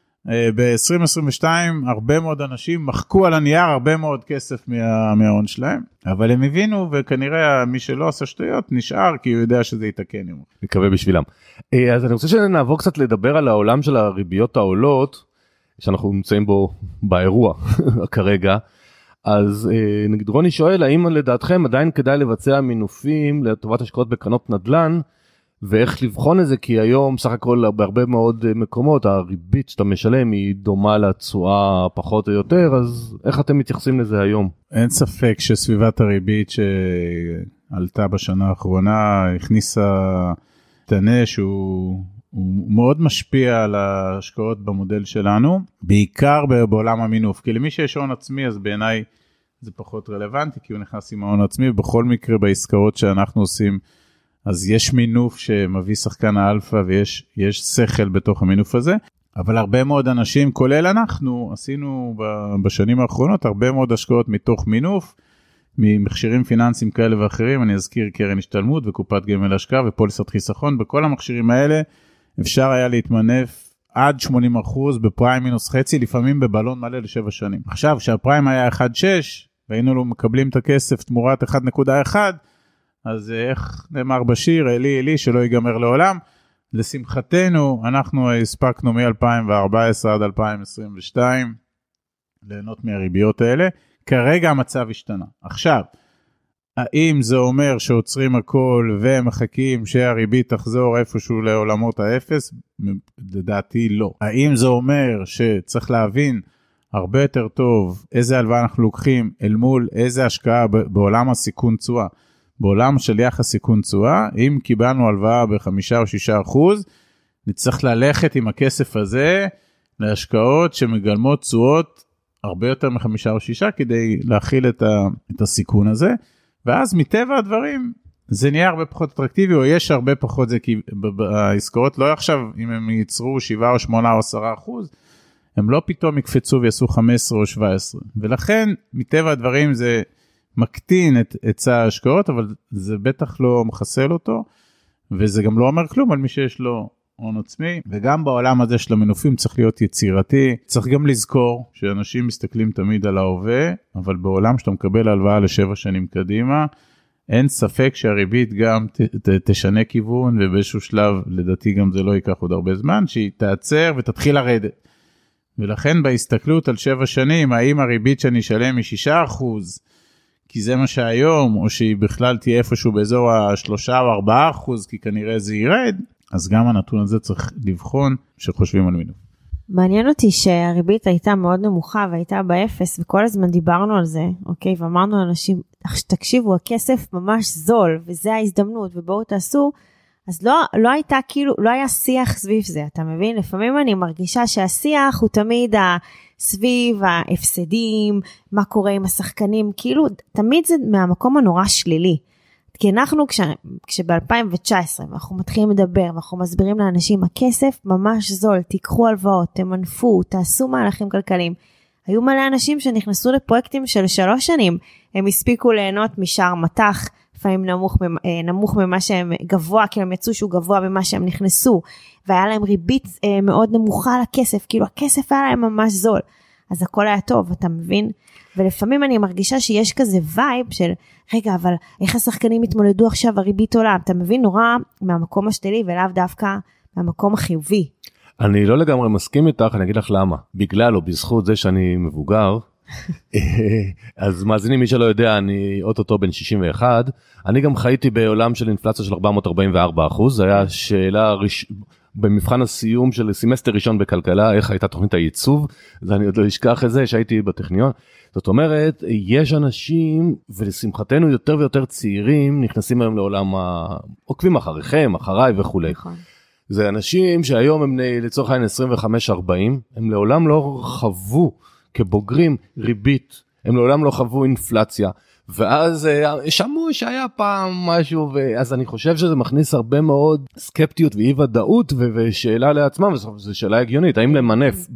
ב-2022 הרבה מאוד אנשים מחקו על הנייר הרבה מאוד כסף מההון שלהם, אבל הם הבינו, וכנראה מי שלא עשה שטויות נשאר, כי הוא יודע שזה יתקן. נקווה בשבילם. אז אני רוצה שנעבור קצת לדבר על העולם של הריביות העולות, שאנחנו נמצאים בו באירוע כרגע. אז נגיד רוני שואל, האם לדעתכם עדיין כדאי לבצע מינופים לטובת השקעות בקרנות נדל"ן, ואיך לבחון את זה, כי היום סך הכל בהרבה מאוד מקומות הריבית שאתה משלם היא דומה לתשואה פחות או יותר, אז איך אתם מתייחסים לזה היום? אין ספק שסביבת הריבית שעלתה בשנה האחרונה הכניסה תנה שהוא מאוד משפיע על ההשקעות במודל שלנו, בעיקר בעולם המינוף, כי למי שיש הון עצמי אז בעיניי זה פחות רלוונטי, כי הוא נכנס עם ההון עצמי, ובכל מקרה בעסקאות שאנחנו עושים, אז יש מינוף שמביא שחקן האלפא, ויש שכל בתוך המינוף הזה, אבל הרבה מאוד אנשים, כולל אנחנו, עשינו בשנים האחרונות הרבה מאוד השקעות מתוך מינוף, ממכשירים פיננסיים כאלה ואחרים, אני אזכיר קרן השתלמות וקופת גמל השקעה ופוליסת חיסכון, בכל המכשירים האלה אפשר היה להתמנף עד 80% בפריים מינוס חצי, לפעמים בבלון מלא ל7 שנים. עכשיו, כשהפריים היה 1.6, והיינו לו מקבלים את הכסף תמורת 1.1, אז איך נאמר בשיר, אלי, שלא ייגמר לעולם. לשמחתנו, אנחנו הספקנו מ-2014 עד 2022, ליהנות מהריביות האלה. כרגע המצב השתנה. עכשיו, האם זה אומר שעוצרים הכל ומחכים שהריבית תחזור איפשהו לעולמות האפס? לדעתי לא. האם זה אומר שצריך להבין הרבה יותר טוב איזה הלוואה אנחנו לוקחים אל מול איזה השקעה בעולם הסיכון תשואה? בעולם של יחס סיכון תשואה, אם קיבלנו הלוואה ב5 או 6%, נצטרך ללכת עם הכסף הזה להשקעות שמגלמות תשואות הרבה יותר מ5 או 6, כדי להכיל את הסיכון הזה, ואז מטבע הדברים זה נהיה הרבה פחות אטרקטיבי, או יש הרבה פחות זה, כי העסקאות לא עכשיו, אם הם ייצרו 7 או 8 או 10%, הם לא פתאום יקפצו ויעשו 15 או 17, ולכן מטבע הדברים זה מקטין את היצע ההשקעות, אבל זה בטח לא מחסל אותו, וזה גם לא אומר כלום על מי שיש לו הון עצמי, וגם בעולם הזה של המנופים צריך להיות יצירתי, צריך גם לזכור שאנשים מסתכלים תמיד על ההווה, אבל בעולם שאתה מקבל הלוואה ל7 שנים קדימה, אין ספק שהריבית גם תשנה כיוון, ובאיזשהו שלב, לדעתי גם זה לא ייקח עוד הרבה זמן, שהיא תעצר ותתחיל לרדת. ולכן בהסתכלות על 7 שנים, האם הריבית שאני אשלם היא 6%, כי זה מה שהיום, או שהיא בכלל תהיה איפשהו באזור 3 או 4%, כי כנראה זה ירד, אז גם הנתון הזה צריך לבחון שחושבים על מינוף. מעניין אותי שהריבית הייתה מאוד נמוכה והייתה באפס, וכל הזמן דיברנו על זה, אוקיי? ואמרנו לאנשים, תקשיבו, הכסף ממש זול, וזה ההזדמנות, ובואו תעשו, אז לא הייתה כאילו, לא היה שיח סביב זה, אתה מבין? לפעמים אני מרגישה שהשיח הוא תמיד סביב ההפסדים, מה קורה עם השחקנים, כאילו תמיד זה מהמקום הנורא שלילי. כי אנחנו כשב-2019 אנחנו מתחילים לדבר, ואנחנו מסבירים לאנשים, הכסף ממש זול, תיקחו הלוואות, תמנפו, תעשו מהלכים כלכליים. היו מלא אנשים שנכנסו לפרויקטים של 3 שנים, הם הספיקו ליהנות משער מתח, לפעמים נמוך ממה שהם גבוה, כי הם יצאו שהוא גבוה במה שהם נכנסו, והיה להם ריבית מאוד נמוכה לכסף, כאילו הכסף היה להם ממש זול, אז הכל היה טוב, אתה מבין? ולפעמים אני מרגישה שיש כזה וייב של, רגע, אבל איך השחקנים התמודדו עכשיו, הריבית עולה, אתה מבין נורא מהמקום השתלי, ולאו דווקא מהמקום החיובי. אני לא לגמרי מסכים איתך, אני אגיד לך למה. בגלל או בזכות זה שאני מבוגר, אז מאזינים, מי שלא יודע, אני אוטוטו בן 61, אני גם חייתי בעולם של אינפלציה של 444%, זה היה שאלה במבחן הסיום של סמסטר ראשון בכלכלה, איך הייתה תוכנית הייצוב, ואני עוד לא אשכח את זה, שהייתי בטכניון. זאת אומרת, יש אנשים, ולשמחתנו יותר ויותר צעירים, נכנסים היום לעולם, עוקבים אחריכם, אחריי וכו'. נכון. זה אנשים שהיום הם לצורך העניין 25-40, הם לעולם לא חוו כבוגרים ריבית, הם לעולם לא חוו אינפלציה, ואז שמעו שהיה פעם משהו, ואז אני חושב שזה מכניס הרבה מאוד סקפטיות ואי ודאות, ושאלה לעצמם, וזו שאלה הגיונית, האם למנף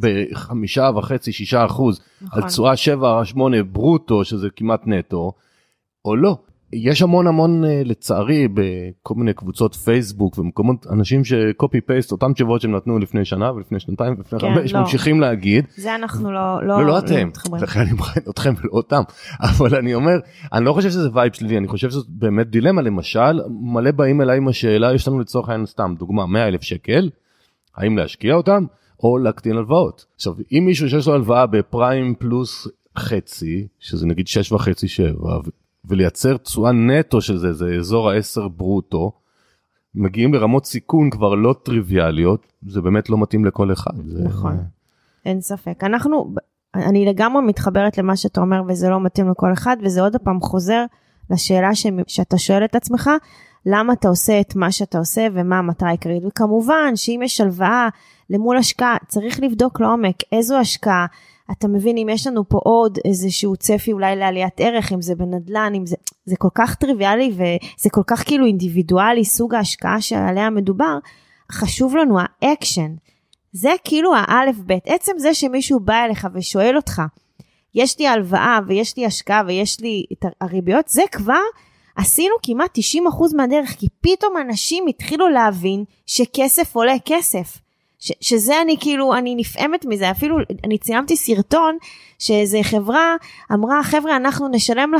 ב5.5-6% על צורה 7-8 ברוטו, שזה כמעט נטו, או לא. יש המון לצערי בכל מיני קבוצות פייסבוק ומקומות אנשים שקופי פייסט אותם תשובות שהם נתנו לפני שנה ולפני שנתיים ולפני 5 ממשיכים להגיד. זה אנחנו לא אתם, לכן אני מכין אתכם ולא אותם, אבל אני אומר, אני לא חושב שזה וייב שלי, אני חושב שזאת באמת דילמה. למשל, מלא באים אליי עם השאלה, יש לנו לצורך העניין סתם דוגמה 100,000 שקל, האם להשקיע אותם או להקטין הלוואות. עכשיו, אם מישהו שיש לו הלוואה בפריים פלוס חצי, שזה נגיד 6.5-7, ולייצר תשואה נטו של זה, זה אזור ה-10 ברוטו, מגיעים לרמות סיכון כבר לא טריוויאליות, זה באמת לא מתאים לכל אחד. נכון, אין ספק. אני לגמרי מתחברת למה שאתה אומר, וזה לא מתאים לכל אחד, וזה עוד הפעם חוזר לשאלה שאתה שואל את עצמך, למה אתה עושה את מה שאתה עושה, ומה המטרה העיקרית. וכמובן, שאם יש הלוואה למול השקעה, צריך לבדוק לעומק איזו השקעה, אתה מבין, אם יש לנו פה עוד איזשהו צפי אולי לעליית ערך, אם זה בנדלן, אם זה כל כך טריוויאלי, וזה כל כך כאילו אינדיבידואלי, סוג ההשקעה שעליה מדובר, חשוב לנו האקשן. זה כאילו האלף בית. עצם זה שמישהו בא אליך ושואל אותך, יש לי הלוואה ויש לי השקעה ויש לי את הריביות, זה כבר עשינו כמעט 90% מהדרך, כי פתאום אנשים התחילו להבין שכסף עולה כסף. שזה אני כאילו, אני נפעמת מזה, אפילו אני צילמתי סרטון, שאיזו חברה אמרה, חבר'ה, אנחנו נשלם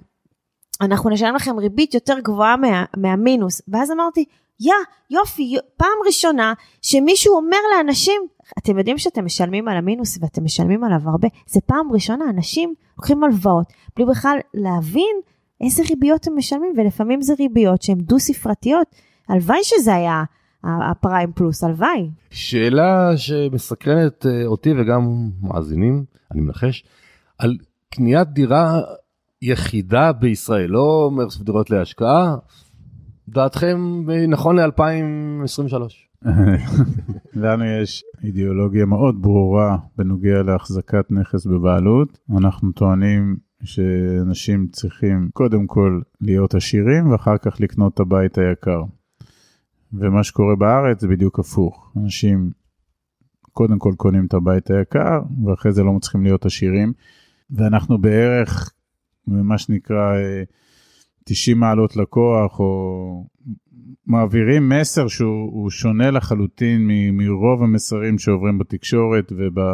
לכם ריבית יותר גבוהה מהמינוס, ואז אמרתי, יופי, פעם ראשונה, שמישהו אומר לאנשים, אתם יודעים שאתם משלמים על המינוס, ואתם משלמים עליו הרבה, זה פעם ראשונה, אנשים לוקחים הלוואות, בלי בכלל להבין איזה ריביות הם משלמים, ולפעמים זה ריביות שהן דו-ספרתיות, הלוואי שזה היה הפריים פלוס, הלוואי. שאלה שמסקרנת אותי וגם מאזינים, אני מנחש, על קניית דירה יחידה בישראל, לא דירות להשקעה, דעתכם נכון ל-2023? לנו יש אידיאולוגיה מאוד ברורה בנוגע להחזקת נכס בבעלות. אנחנו טוענים שאנשים צריכים קודם כל להיות עשירים ואחר כך לקנות את הבית היקר. ומה שקורה בארץ זה בדיוק הפוך. אנשים קודם כל קונים את הבית היקר, ואחרי זה לא מצליחים להיות עשירים, ואנחנו בערך, מה שנקרא, 90 מעלות לקוח, או מעבירים מסר שהוא שונה לחלוטין מרוב המסרים שעוברים בתקשורת,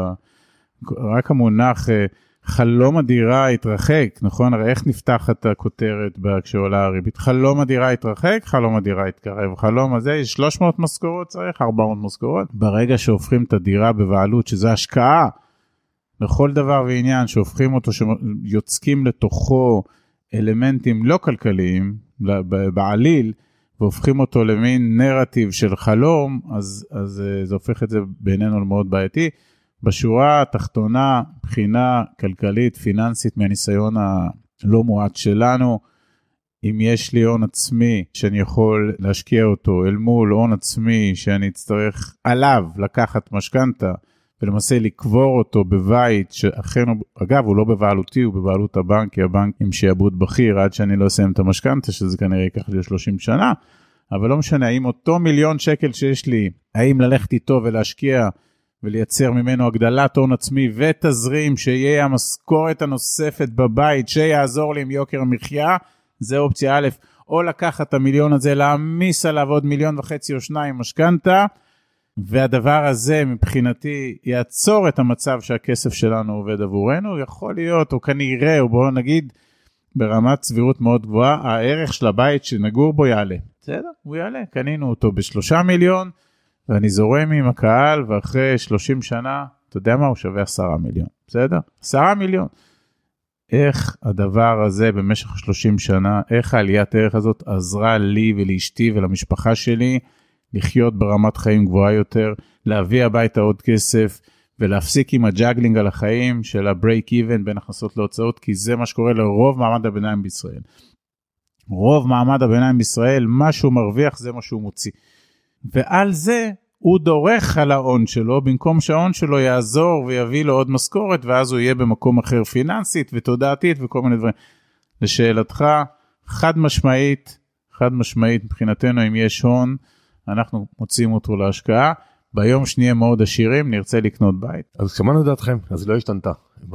ורק המונח חלום הדירה התרחק, נכון? הרי איך נפתחת הכותרת כשעולה הריבית? חלום הדירה התרחק, חלום הדירה התקרב. חלום הזה, יש 300 משכורות, צריך 400 משכורות. ברגע שהופכים את הדירה בבעלות, שזה השקעה לכל דבר ועניין, שהופכים אותו, שיוצקים לתוכו אלמנטים לא כלכליים, בעליל, והופכים אותו למין נרטיב של חלום, אז זה הופך את זה בינינו מאוד בעייתי. בשורה התחתונה, בחינה כלכלית, פיננסית, מהניסיון הלא מועט שלנו, אם יש לי הון עצמי שאני יכול להשקיע אותו אל מול הון עצמי שאני אצטרך עליו לקחת משכנתה, ולמעשה לקבור אותו בבית שאכן, אגב, הוא לא בבעלותי, הוא בבעלות הבנק, כי הבנק עם שיעבוד בכיר עד שאני לא אסיים את המשכנתה, שזה כנראה ייקח לי 30 שנה, אבל לא משנה, האם אותו 1,000,000 שקל שיש לי, האם ללכת איתו ולהשקיע ולייצר ממנו הגדלת הון עצמי ותזרים שיהיה המשכורת הנוספת בבית שיעזור לי עם יוקר המחיה, זה אופציה א', או לקחת את ה1,000,000 הזה, להעמיס עליו עוד 1,150,000 או 2 משכנתה, והדבר הזה מבחינתי יעצור את המצב שהכסף שלנו עובד עבורנו, יכול להיות, או כנראה, או בואו נגיד, ברמת סבירות מאוד גבוהה, הערך של הבית שנגור בו יעלה. בסדר? הוא יעלה, קנינו אותו ב3 מיליון, ואני זורם עם הקהל, ואחרי 30 שנה, אתה יודע מה? הוא שווה 10 מיליון. בסדר? 10 מיליון. איך הדבר הזה במשך 30 שנה, איך העליית הערך הזאת עזרה לי ולאשתי ולמשפחה שלי, לחיות ברמת חיים גבוהה יותר, להביא הביתה עוד כסף, ולהפסיק עם הג'אגלינג על החיים של ה-break even בין הכנסות להוצאות, כי זה מה שקורה לרוב מעמד הביניים בישראל. רוב מעמד הביניים בישראל, מה שהוא מרוויח זה מה שהוא מוציא. ועל זה הוא דורך על ההון שלו, במקום שההון שלו יעזור ויביא לו עוד משכורת, ואז הוא יהיה במקום אחר פיננסית ותודעתית וכל מיני דברים. לשאלתך, חד משמעית מבחינתנו, אם יש הון, אנחנו מוציאים אותו להשקעה, ביום שנהיה מאוד עשירים, נרצה לקנות בית. אז שמענו דעתכם, אז היא לא השתנתה.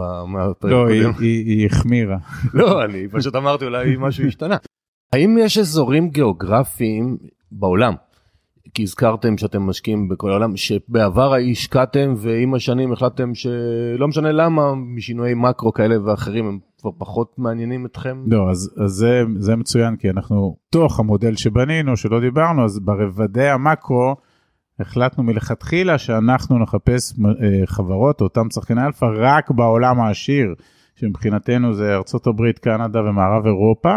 לא, היא החמירה. לא, אני פשוט אמרתי אולי משהו השתנה. האם יש אזורים גיאוגרפיים בעולם, כי הזכרתם שאתם משקיעים בכל העולם, שבעבר השקעתם ועם השנים החלטתם שלא משנה למה, משינויי מקרו כאלה ואחרים, הם כבר פחות מעניינים אתכם? לא, אז זה מצוין, כי אנחנו, תוך המודל שבנינו, שלא דיברנו, אז ברבדי המקרו, החלטנו מלכתחילה שאנחנו נחפש חברות, אותם שחקני אלפא, רק בעולם העשיר, שמבחינתנו זה ארצות הברית, קנדה ומערב אירופה,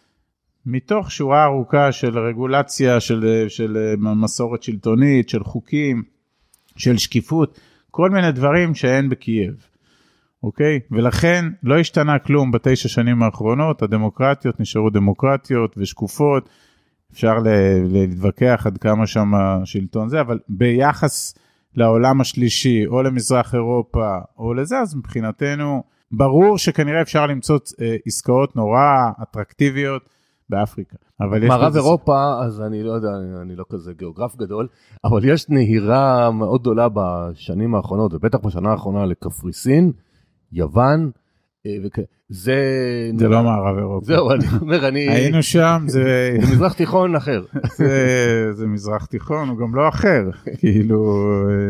מתוך שורה ארוכה של רגולציה, של מסורת שלטונית, של חוקים, של שקיפות, כל מיני דברים שאין בקייב. אוקיי? ולכן לא השתנה כלום ב9 שנים האחרונות, הדמוקרטיות נשארו דמוקרטיות ושקופות, אפשר להתווכח עד כמה שם השלטון זה, אבל ביחס לעולם השלישי, או למזרח אירופה, או לזה, אז מבחינתנו, ברור שכנראה אפשר למצוא עסקאות נורא אטרקטיביות באפריקה. מערב אירופה, אז אני לא יודע, אני לא כזה גיאוגרף גדול, אבל יש נהירה מאוד גדולה בשנים האחרונות, ובטח בשנה האחרונה לקפריסין, יוון, זה לא מערב אירופה. זהו, אני אומר, היינו שם, זה מזרח תיכון אחר. זה מזרח תיכון, הוא גם לא אחר. כאילו,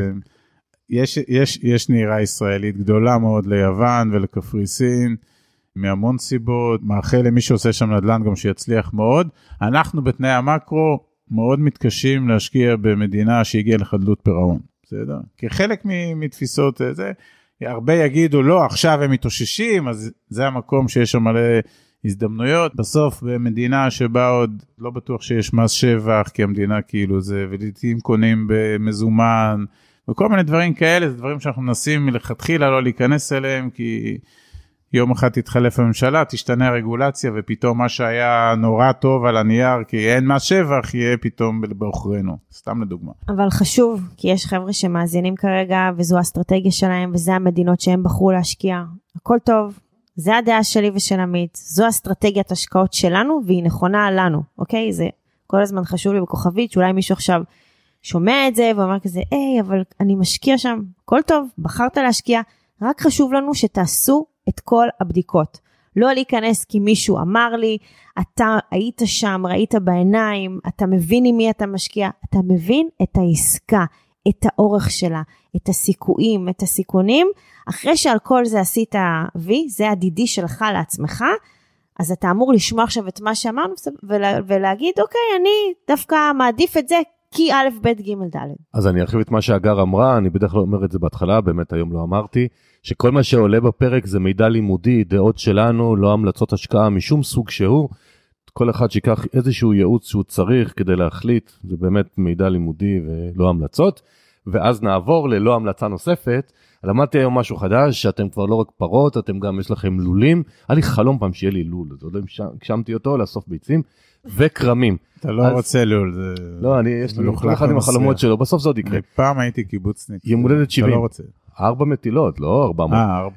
יש נהירה ישראלית גדולה מאוד ליוון ולקפריסין, מהמון סיבות, מאחל למי שעושה שם נדל"ן גם שיצליח מאוד. אנחנו בתנאי המקרו מאוד מתקשים להשקיע במדינה שהגיעה לחדלות פירעון. בסדר? כי חלק מתפיסות זה, הרבה יגידו, לא, עכשיו הם מתאוששים, אז זה המקום שיש שם מלא הזדמנויות. בסוף במדינה שבה עוד לא בטוח שיש מס שבח, כי המדינה כאילו זה, ולעיתים קונים במזומן, וכל מיני דברים כאלה, זה דברים שאנחנו מנסים מלכתחילה לא להיכנס אליהם, כי יום אחד תתחלף הממשלה, תשתנה הרגולציה, ופתאום מה שהיה נורא טוב על הנייר, כי אין מס שבח, יהיה פתאום באוכרינו. סתם לדוגמה. אבל חשוב, כי יש חבר'ה שמאזינים כרגע, וזו האסטרטגיה שלהם, וזה המדינות שהם בחרו להשקיע. הכל טוב, זה הדעה שלי ושל עמית, זו אסטרטגיית השקעות שלנו, והיא נכונה לנו, אוקיי? זה כל הזמן חשוב לי בכוכבית, שאולי מישהו עכשיו שומע את זה, ואומר כזה, אבל אני משקיע שם, הכל טוב, בחרת להשקיע, רק חשוב לנו שתעשו את כל הבדיקות. לא להיכנס כי מישהו אמר לי, אתה היית שם, ראית בעיניים, אתה מבין עם מי אתה משקיע, אתה מבין את העסקה, את האורך שלה, את הסיכויים, את הסיכונים, אחרי שעל כל זה עשית וי, זה הדידי שלך לעצמך, אז אתה אמור לשמוע עכשיו את מה שאמרנו, ולהגיד, אוקיי, אני דווקא מעדיף את זה, כי א', ב', ג', ד'. אז אני ארחיב את מה שהגר אמרה, אני בדרך כלל אומר את זה בהתחלה, באמת היום לא אמרתי, שכל מה שעולה בפרק זה מידע לימודי, דעות שלנו, לא המלצות השקעה משום סוג שהוא, כל אחד שיקח איזשהו ייעוץ שהוא צריך כדי להחליט, זה באמת מידע לימודי ולא המלצות, ואז נעבור ללא המלצה נוספת. למדתי היום משהו חדש, שאתם כבר לא רק פרות, אתם גם יש לכם לולים, היה לי חלום פעם שיהיה לי לול, אז עוד לא הגשמתי אותו לאסוף ביצים, וקרמים. אתה לא רוצה לול, זה... לא, יש לי כל אחד עם החלומות שלו, בסוף זה עוד יקרה. פעם הייתי קיבוצניק. יום הולדת 70. אתה לא רוצה. 4 מטילות, לא 400. 4.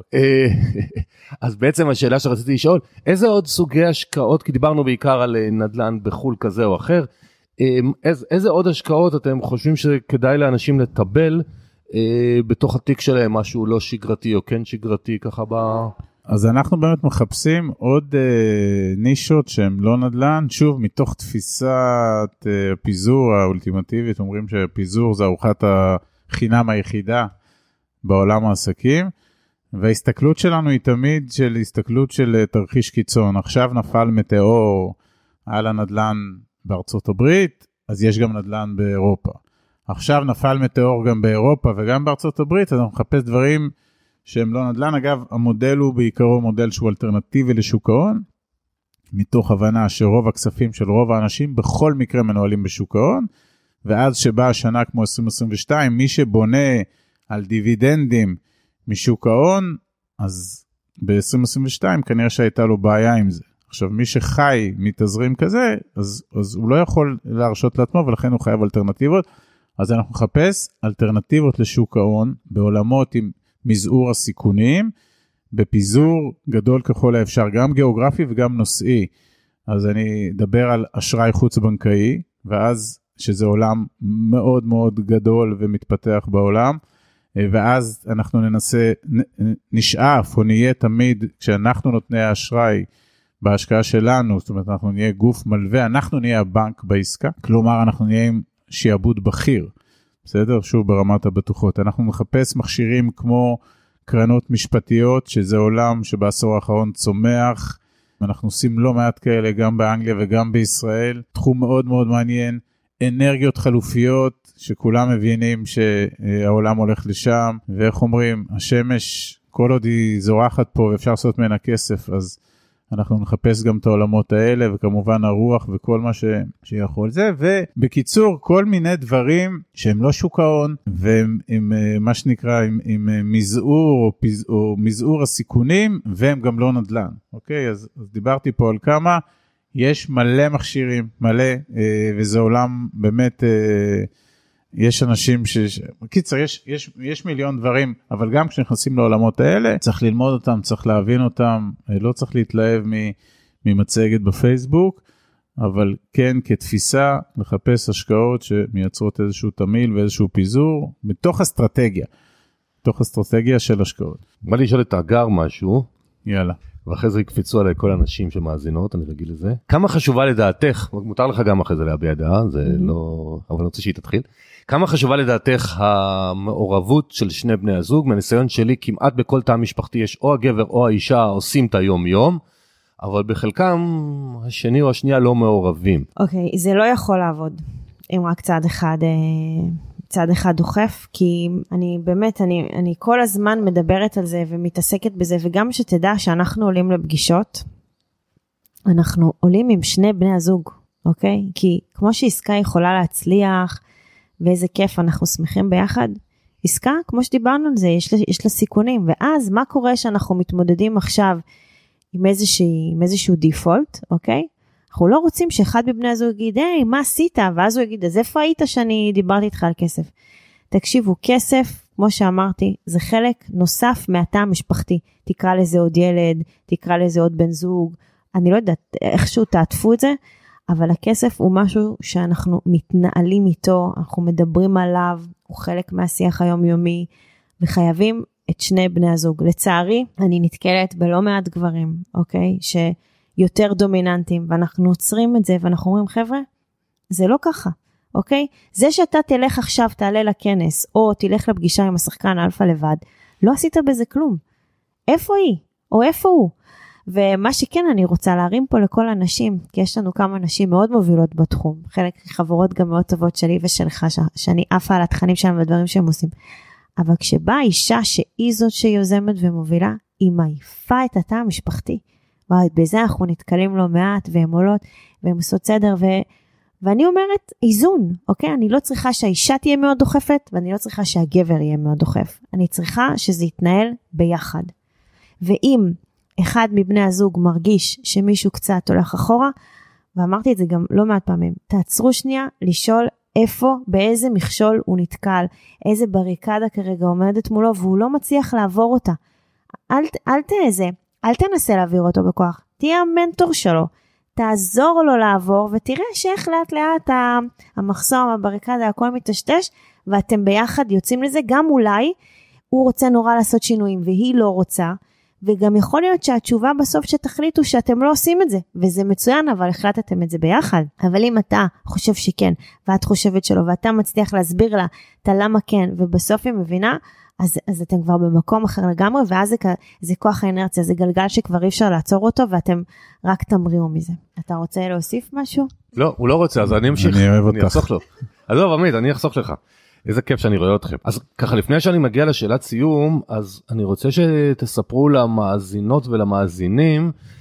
אז בעצם השאלה שרציתי לשאול, איזה עוד סוגי השקעות, כי דיברנו בעיקר על נדל"ן בחול כזה או אחר, איזה עוד השקעות אתם חושבים שכדאי לאנשים לטבל בתוך התיק שלהם, משהו לא שגרתי או כן שגרתי ככה אז אנחנו באמת מחפשים עוד נישות שהן לא נדל"ן, שוב מתוך תפיסת פיזור האולטימטיבית, אומרים שפיזור זה ארוחת החינם היחידה בעולם העסקים, וההסתכלות שלנו היא תמיד של הסתכלות של תרחיש קיצון. עכשיו נפל מטאור על הנדל"ן בארצות הברית, אז יש גם נדל"ן באירופה. עכשיו נפל מטאור גם באירופה וגם בארצות הברית, אז אנחנו מחפש דברים שהם לא נדל"ן. אגב, המודל הוא בעיקרו מודל שהוא אלטרנטיבי לשוק ההון, מתוך הבנה שרוב הכספים של רוב האנשים בכל מקרה מנוהלים בשוק ההון, ואז שבאה השנה כמו 2022, מי שבונה על דיבידנדים משוק ההון, אז ב-2022 כנראה שהייתה לו בעיה עם זה. עכשיו, מי שחי מתזרים כזה, אז הוא לא יכול להרשות לעצמו, ולכן הוא חייב אלטרנטיבות. אז אנחנו נחפש אלטרנטיבות לשוק ההון, בעולמות עם מזעור הסיכונים, בפיזור גדול ככל האפשר, גם גיאוגרפי וגם נושאי. אז אני אדבר על אשראי חוץ בנקאי, ואז שזה עולם מאוד מאוד גדול ומתפתח בעולם, ואז אנחנו נשאף או נהיה תמיד, כשאנחנו נותני האשראי בהשקעה שלנו, זאת אומרת אנחנו נהיה גוף מלווה, אנחנו נהיה הבנק בעסקה, כלומר אנחנו נהיה עם שיעבוד בכיר, בסדר? שוב ברמת הבטוחות, אנחנו נחפש מכשירים כמו קרנות משפטיות, שזה עולם שבעשור האחרון צומח, אנחנו עושים לא מעט כאלה גם באנגליה וגם בישראל, תחום מאוד מאוד מעניין, אנרגיות חלופיות, שכולם מבינים שהעולם הולך לשם, ואיך אומרים, השמש, כל עוד היא זורחת פה ואפשר לעשות ממנה כסף, אז אנחנו נחפש גם את העולמות האלה, וכמובן הרוח וכל מה שיכול זה, ובקיצור, כל מיני דברים שהם לא שוק ההון, והם עם מה שנקרא, עם מזעור או מזעור הסיכונים, והם גם לא נדל"ן. אוקיי? אז דיברתי פה על כמה, יש מלא מכשירים, מלא, וזה עולם באמת, יש אנשים בקיצר, יש מיליון דברים, אבל גם כשנכנסים לעולמות האלה, צריך ללמוד אותם, צריך להבין אותם, לא צריך להתלהב ממצגת בפייסבוק, אבל כן כתפיסה, לחפש השקעות שמייצרות איזשהו תמיל ואיזשהו פיזור, בתוך אסטרטגיה של השקעות. בא לי לשאול את אגר משהו. יאללה. ואחרי זה יקפצו עליי כל האנשים שמאזינות, אני רגיל לזה. כמה חשובה לדעתך, מותר לך גם אחרי זה להביע דעה, זה לא, אבל אני רוצה שהיא תתחיל. כמה חשובה לדעתך המעורבות של שני בני הזוג? מהניסיון שלי, כמעט בכל תא משפחתי יש או הגבר או האישה עושים את היום יום, אבל בחלקם השני או השנייה לא מעורבים. אוקיי, זה לא יכול לעבוד אם רק צד אחד דוחף, כי אני באמת, אני כל הזמן מדברת על זה ומתעסקת בזה, וגם שתדע שאנחנו עולים לפגישות, אנחנו עולים עם שני בני הזוג, אוקיי? כי כמו שעסקה יכולה להצליח, ואיזה כיף אנחנו שמחים ביחד, עסקה, כמו שדיברנו על זה, יש לה סיכונים, ואז מה קורה שאנחנו מתמודדים עכשיו עם איזשהו דיפולט, אוקיי? אנחנו לא רוצים שאחד מבני הזוג יגיד, היי, מה עשית? ואז הוא יגיד, אז איפה היית שאני דיברתי איתך על כסף? תקשיבו, כסף, כמו שאמרתי, זה חלק נוסף מהתא המשפחתי. תקרא לזה עוד ילד, תקרא לזה עוד בן זוג, אני לא יודעת איכשהו תעטפו את זה, אבל הכסף הוא משהו שאנחנו מתנהלים איתו, אנחנו מדברים עליו, הוא חלק מהשיח היומיומי, וחייבים את שני בני הזוג. לצערי, אני נתקלת בלא מעט גברים, אוקיי? שיותר דומיננטים, ואנחנו עוצרים את זה, ואנחנו אומרים, חבר'ה, זה לא ככה, אוקיי? זה שאתה תלך עכשיו, תעלה לכנס, או תלך לפגישה עם השחקן אלפא לבד, לא עשית בזה כלום. איפה היא? או איפה הוא? ומה שכן אני רוצה להרים פה לכל אנשים, כי יש לנו כמה נשים מאוד מובילות בתחום, חלק חברות גם מאוד טובות שלי ושלך, שאני עפה על התכנים שלהם ודברים שהם עושים. אבל כשבאה אישה שהיא זאת שיוזמת ומובילה, היא מעיפה את התא המשפחתי. ובזה אנחנו נתקלים לא מעט, והן עולות, והן עושות סדר, ואני אומרת, איזון, אוקיי? אני לא צריכה שהאישה תהיה מאוד דוחפת, ואני לא צריכה שהגבר יהיה מאוד דוחף. אני צריכה שזה יתנהל ביחד. ואם אחד מבני הזוג מרגיש שמישהו קצת הולך אחורה, ואמרתי את זה גם לא מעט פעמים, תעצרו שנייה לשאול איפה, באיזה מכשול הוא נתקל, איזה בריקדה כרגע עומדת מולו, והוא לא מצליח לעבור אותה. אל תנסה להעביר אותו בכוח, תהיה המנטור שלו, תעזור לו לעבור, ותראה שאיך לאט לאט המחסום, הבריקדה, הכל מתשתש, ואתם ביחד יוצאים לזה, גם אולי הוא רוצה נורא לעשות שינויים, והיא לא רוצה, וגם יכול להיות שהתשובה בסוף שתחליטו שאתם לא עושים את זה, וזה מצוין, אבל החלטתם את זה ביחד. אבל אם אתה חושב שכן, ואת חושבת שלא, ואתה מצליח להסביר לה את הלמה כן, ובסוף היא מבינה, אז אתם כבר במקום אחר לגמרי, ואז זה כוח האנרציה, זה גלגל שכבר אי אפשר לעצור אותו, ואתם רק תמריאו מזה. אתה רוצה להוסיף משהו? לא, הוא לא רוצה, אז אני אמשיך. אני אחסוך לו. עזוב, עמית, אני אחסוך לך. איזה כיף שאני רואה אתכם. אז ככה, לפני שאני מגיע לשאלת סיום, אז אני רוצה שתספרו למאזינות ולמאזינים,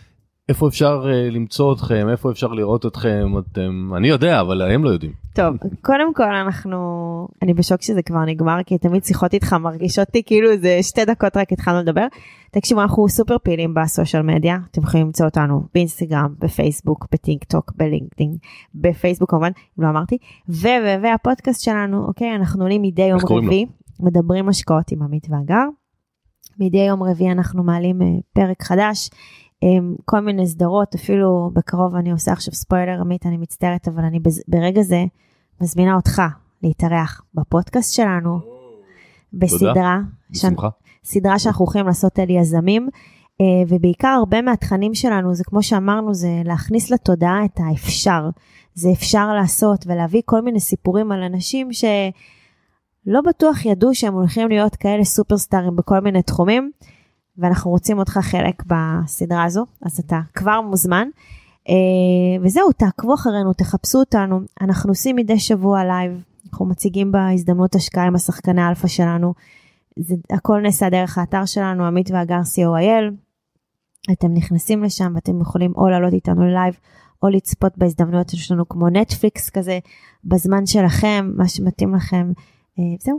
איפה אפשר למצוא אתכם, איפה אפשר לראות אתכם, אני יודע, אבל הם לא יודעים. טוב, קודם כל אני בשוק שזה כבר נגמר, כי תמיד שיחות איתך מרגישות אותי, כאילו זה 2 דקות רק התחלנו לדבר. תקשיבו, אנחנו סופר פעילים בסושיאל מדיה, אתם יכולים למצוא אותנו באינסטגרם, בפייסבוק, בטיק טוק, בלינקדאין, בפייסבוק כמובן, אם לא אמרתי, והפודקאסט שלנו, אוקיי, אנחנו עולים מדי יום רביעי, מדברים השקעות עם עמית והגר, מדי יום רביעי אנחנו מעלים פרק חדש, כל מיני סדרות, אפילו בקרוב אני עושה עכשיו ספוילר, עמית, אני מצטערת, אבל אני ברגע זה מזמינה אותך להתארח בפודקאסט שלנו, בסדרה, סדרה שאנחנו הולכים לעשות על יזמים, ובעיקר הרבה מהתכנים שלנו, זה כמו שאמרנו, זה להכניס לתודעה את האפשר, זה אפשר לעשות ולהביא כל מיני סיפורים על אנשים שלא בטוח ידעו שהם הולכים להיות כאלה סופרסטארים בכל מיני תחומים, ואנחנו רוצים אותך חלק בסדרה הזו, אז אתה כבר מוזמן, וזהו, תעקבו אחרינו, תחפשו אותנו, אנחנו עושים מדי שבוע לייב, אנחנו מציגים בהזדמנות השקעה עם השחקני האלפא שלנו, הכל נעשה דרך האתר שלנו, עמית והגר co.il, אתם נכנסים לשם ואתם יכולים או לעלות איתנו ללייב, או לצפות בהזדמנויות שלנו כמו נטפליקס כזה, בזמן שלכם, מה שמתאים לכם, זהו.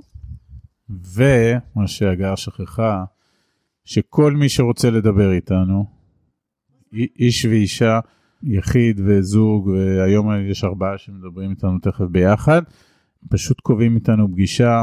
ומה שהגר שכחה, שכל מי שרוצה לדבר איתנו, איש ואישה, יחיד וזוג, והיום יש 4 שמדברים איתנו תכף ביחד, פשוט קובעים איתנו פגישה,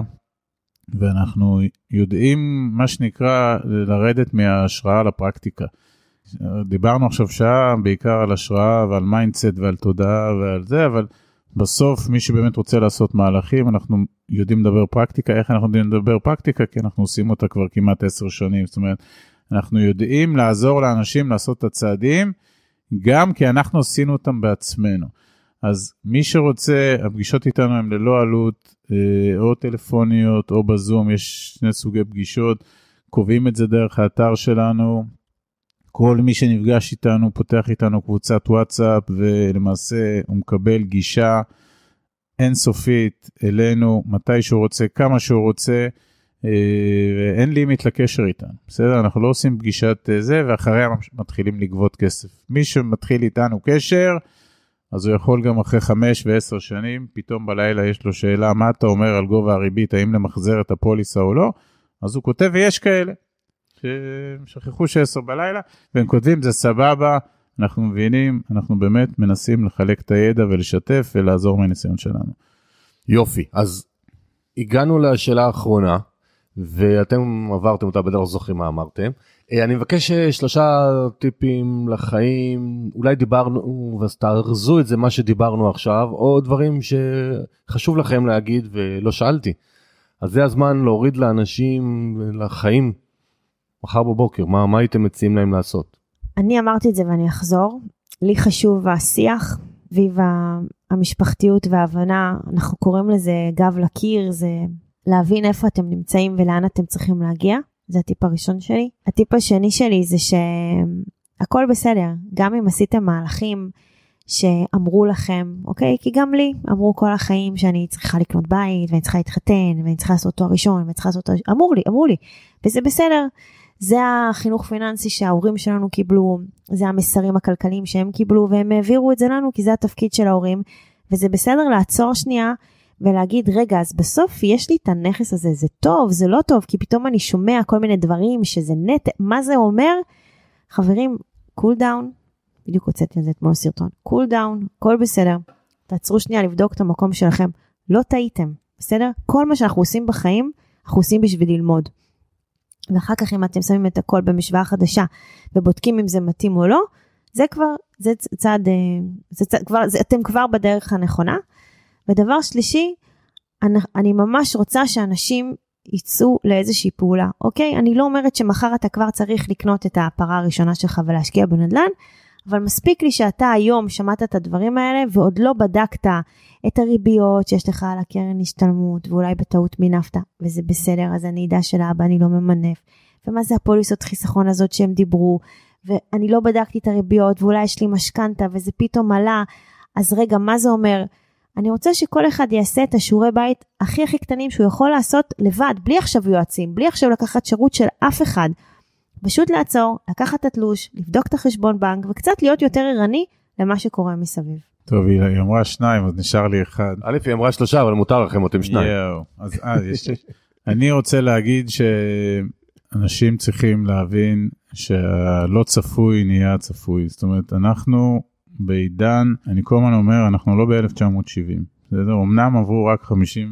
ואנחנו יודעים מה שנקרא לרדת מההשראה לפרקטיקה. דיברנו עכשיו שעה בעיקר על השראה ועל מיינדסט ועל תודעה ועל זה, אבל בסוף מי שבאמת רוצה לעשות מהלכים, אנחנו יודעים לדבר פרקטיקה. איך אנחנו יודעים לדבר פרקטיקה? כי אנחנו עושים אותה כבר כמעט 10 שנים. זאת אומרת, אנחנו יודעים לעזור לאנשים לעשות את הצעדים, גם כי אנחנו עשינו אותם בעצמנו. אז מי שרוצה, הפגישות איתנו הן ללא עלות, או טלפוניות או בזום, יש 2 סוגי פגישות, קובעים את זה דרך האתר שלנו, כל מי שנפגש איתנו פותח איתנו קבוצת וואטסאפ, ולמעשה הוא מקבל גישה אינסופית אלינו, מתי שהוא רוצה, כמה שהוא רוצה, ואין לימיט לקשר איתנו, בסדר? אנחנו לא עושים פגישת זה, ואחריה מתחילים לגבות כסף. מי שמתחיל איתנו קשר, אז הוא יכול גם אחרי 5 ו10 שנים, פתאום בלילה יש לו שאלה, מה אתה אומר על גובה הריבית, האם למחזר את הפוליסה או לא? אז הוא כותב, ויש כאלה, ששכחו 10 בלילה, והם כותבים, זה סבבה, אנחנו מבינים, אנחנו באמת מנסים לחלק את הידע ולשתף ולעזור מהניסיון שלנו. יופי, אז הגענו לשאלה האחרונה, ואתם עברתם אותה בדרך זוכרים מה אמרתם. אני מבקש 3 טיפים לחיים, אולי דיברנו, ואז תארזו את זה מה שדיברנו עכשיו, או דברים שחשוב לכם להגיד ולא שאלתי. אז זה הזמן להוריד לאנשים, לחיים, מחר בבוקר, מה הייתם מציעים להם לעשות? אני אמרתי את זה ואני אחזור, לי חשוב השיח, סביב המשפחתיות וההבנה, אנחנו קוראים לזה גב לקיר, זה להבין איפה אתם נמצאים ולאן אתם צריכים להגיע, זה הטיפ הראשון שלי. הטיפ השני שלי זה שהכל בסדר, גם אם עשיתם מהלכים שאמרו לכם, אוקיי? כי גם לי אמרו כל החיים שאני צריכה לקנות בית, ואני צריכה להתחתן, ואני צריכה לעשות תואר ראשון, ואני צריכה לעשות תואר ראשון, אמרו לי, וזה בסדר. זה החינוך פיננסי שההורים שלנו קיבלו, זה המסרים הכלכליים שהם קיבלו, והם העבירו את זה לנו, כי זה התפקיד של ההורים, וזה בסדר לעצור שנייה, ולהגיד, רגע, אז בסוף יש לי את הנכס הזה, זה טוב, זה לא טוב, כי פתאום אני שומע כל מיני דברים, שזה נטע, מה זה אומר? חברים, cool down, בדיוק הוצאתי על זה אתמול סרטון, cool down, הכל בסדר, תעצרו שנייה לבדוק את המקום שלכם, לא טעיתם, בסדר? כל מה שאנחנו עושים בחיים, אנחנו עושים בשביל ללמוד. ואחר כך אם אתם שמים את הכל במשוואה חדשה, ובודקים אם זה מתאים או לא, זה כבר, אתם כבר בדרך הנכונה. ודבר שלישי, אני ממש רוצה שאנשים יצאו לאיזושהי פעולה, אוקיי? אני לא אומרת שמחר אתה כבר צריך לקנות את הפרה הראשונה שלך ולהשקיע בנדל"ן, אבל מספיק לי שאתה היום שמעת את הדברים האלה, ועוד לא בדקת את הריביות שיש לך על הקרן השתלמות, ואולי בטעות מינפת, וזה בסדר, אז אני יודע שלאבא אני לא ממנף, ומה זה הפוליסות חיסכון הזאת שהם דיברו, ואני לא בדקתי את הריביות, ואולי יש לי משכנתה, וזה פתאום עלה, אז רגע, מה זה אומר? אני רוצה שכל אחד יעשה את השיעורי בית הכי קטנים שהוא יכול לעשות לבד, בלי עכשיו יועצים, בלי עכשיו לקחת שירות של אף אחד. פשוט לעצור, לקחת את התלוש, לבדוק את החשבון בנק, וקצת להיות יותר ערני למה שקורה מסביב. טוב, היא אמרה 2, אז נשאר לי 1. א', היא אמרה 3, אבל מותר לכם, אתם 2. אז אני רוצה להגיד שאנשים צריכים להבין שהלא צפוי נהיה צפוי. זאת אומרת, אנחנו בעידן, אני כל הזמן אומר, אנחנו לא ב-1970. בסדר? אמנם עברו רק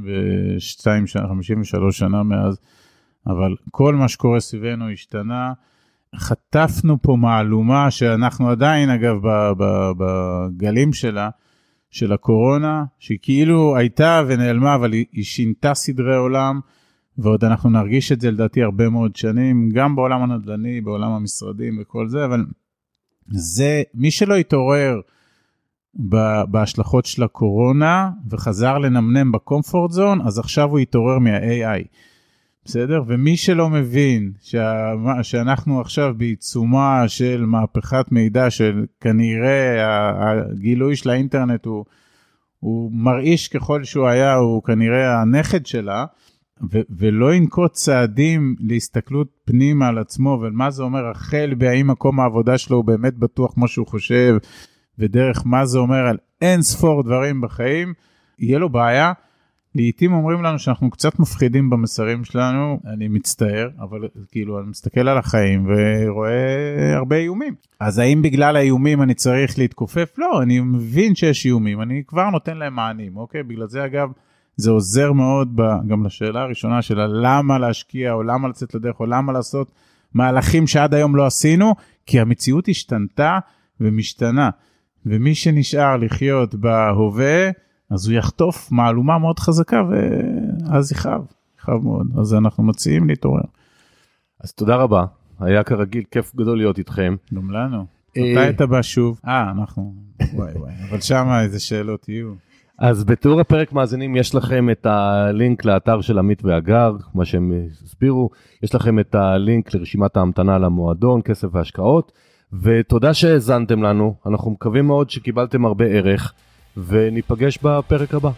53 שנה מאז, אבל כל מה שקורה סביבנו השתנה. חטפנו פה מעלומה שאנחנו עדיין, אגב, בגלים שלה, של הקורונה, שהיא כאילו הייתה ונעלמה, אבל היא שינתה סדרי עולם, ועוד אנחנו נרגיש את זה לדעתי הרבה מאוד שנים, גם בעולם הנדל"ני, בעולם המשרדים וכל זה, אבל זה, מי שלא התעורר בהשלכות של הקורונה, וחזר לנמנם בקומפורט זון, אז עכשיו הוא התעורר מה-AI. בסדר? ומי שלא מבין שאנחנו עכשיו בעיצומה של מהפכת מידע, של כנראה הגילוי של האינטרנט הוא מרעיש ככל שהוא היה, הוא כנראה הנכד שלה, ולא ינקוט צעדים להסתכלות פנימה על עצמו, ומה זה אומר החל בהאם מקום העבודה שלו הוא באמת בטוח כמו שהוא חושב, ודרך מה זה אומר על אין ספור דברים בחיים, יהיה לו בעיה. לעתים אומרים לנו שאנחנו קצת מפחידים במסרים שלנו, אני מצטער, אבל כאילו אני מסתכל על החיים ורואה הרבה איומים. אז האם בגלל האיומים אני צריך להתכופף? לא, אני מבין שיש איומים, אני כבר נותן להם מענים, אוקיי? בגלל זה אגב, זה עוזר מאוד גם לשאלה הראשונה שלה, למה להשקיע או למה לצאת לדרך או למה לעשות מהלכים שעד היום לא עשינו, כי המציאות השתנתה ומשתנה, ומי שנשאר לחיות בהווה, אז הוא יחטוף מעלומה מאוד חזקה, ואז יכאב מאוד. אז אנחנו מציעים להתעורר. אז תודה רבה, היה כרגיל כיף גדול להיות איתכם. גם לנו. מתי אתה בא שוב? אנחנו, וואי, אבל שמה איזה שאלות יהיו. אז בתיאור הפרק מאזינים יש לכם את הלינק לאתר של עמית ואגר, מה שהם הסבירו, יש לכם את הלינק לרשימת ההמתנה למועדון, כסף והשקעות, ותודה שהאזנתם לנו, אנחנו מקווים מאוד שקיבלתם הרבה ערך, וניפגש בפרק הבא.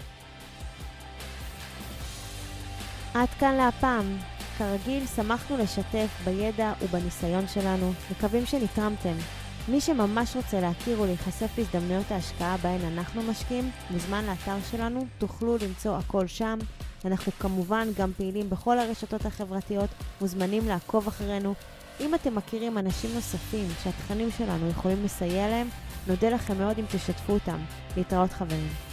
עד כאן להפעם. כרגיל שמחנו לשתף בידע ובניסיון שלנו, מקווים שנתרמתם. מי שממש רוצה להכיר ולהיחשף להזדמנויות ההשקעה בהן אנחנו משקיעים, מוזמן לאתר שלנו, תוכלו למצוא הכל שם. אנחנו כמובן גם פעילים בכל הרשתות החברתיות, מוזמנים לעקוב אחרינו. אם אתם מכירים אנשים נוספים שהתכנים שלנו יכולים לסייע להם, נודה לכם מאוד אם תשתפו אותם. להתראות חברים.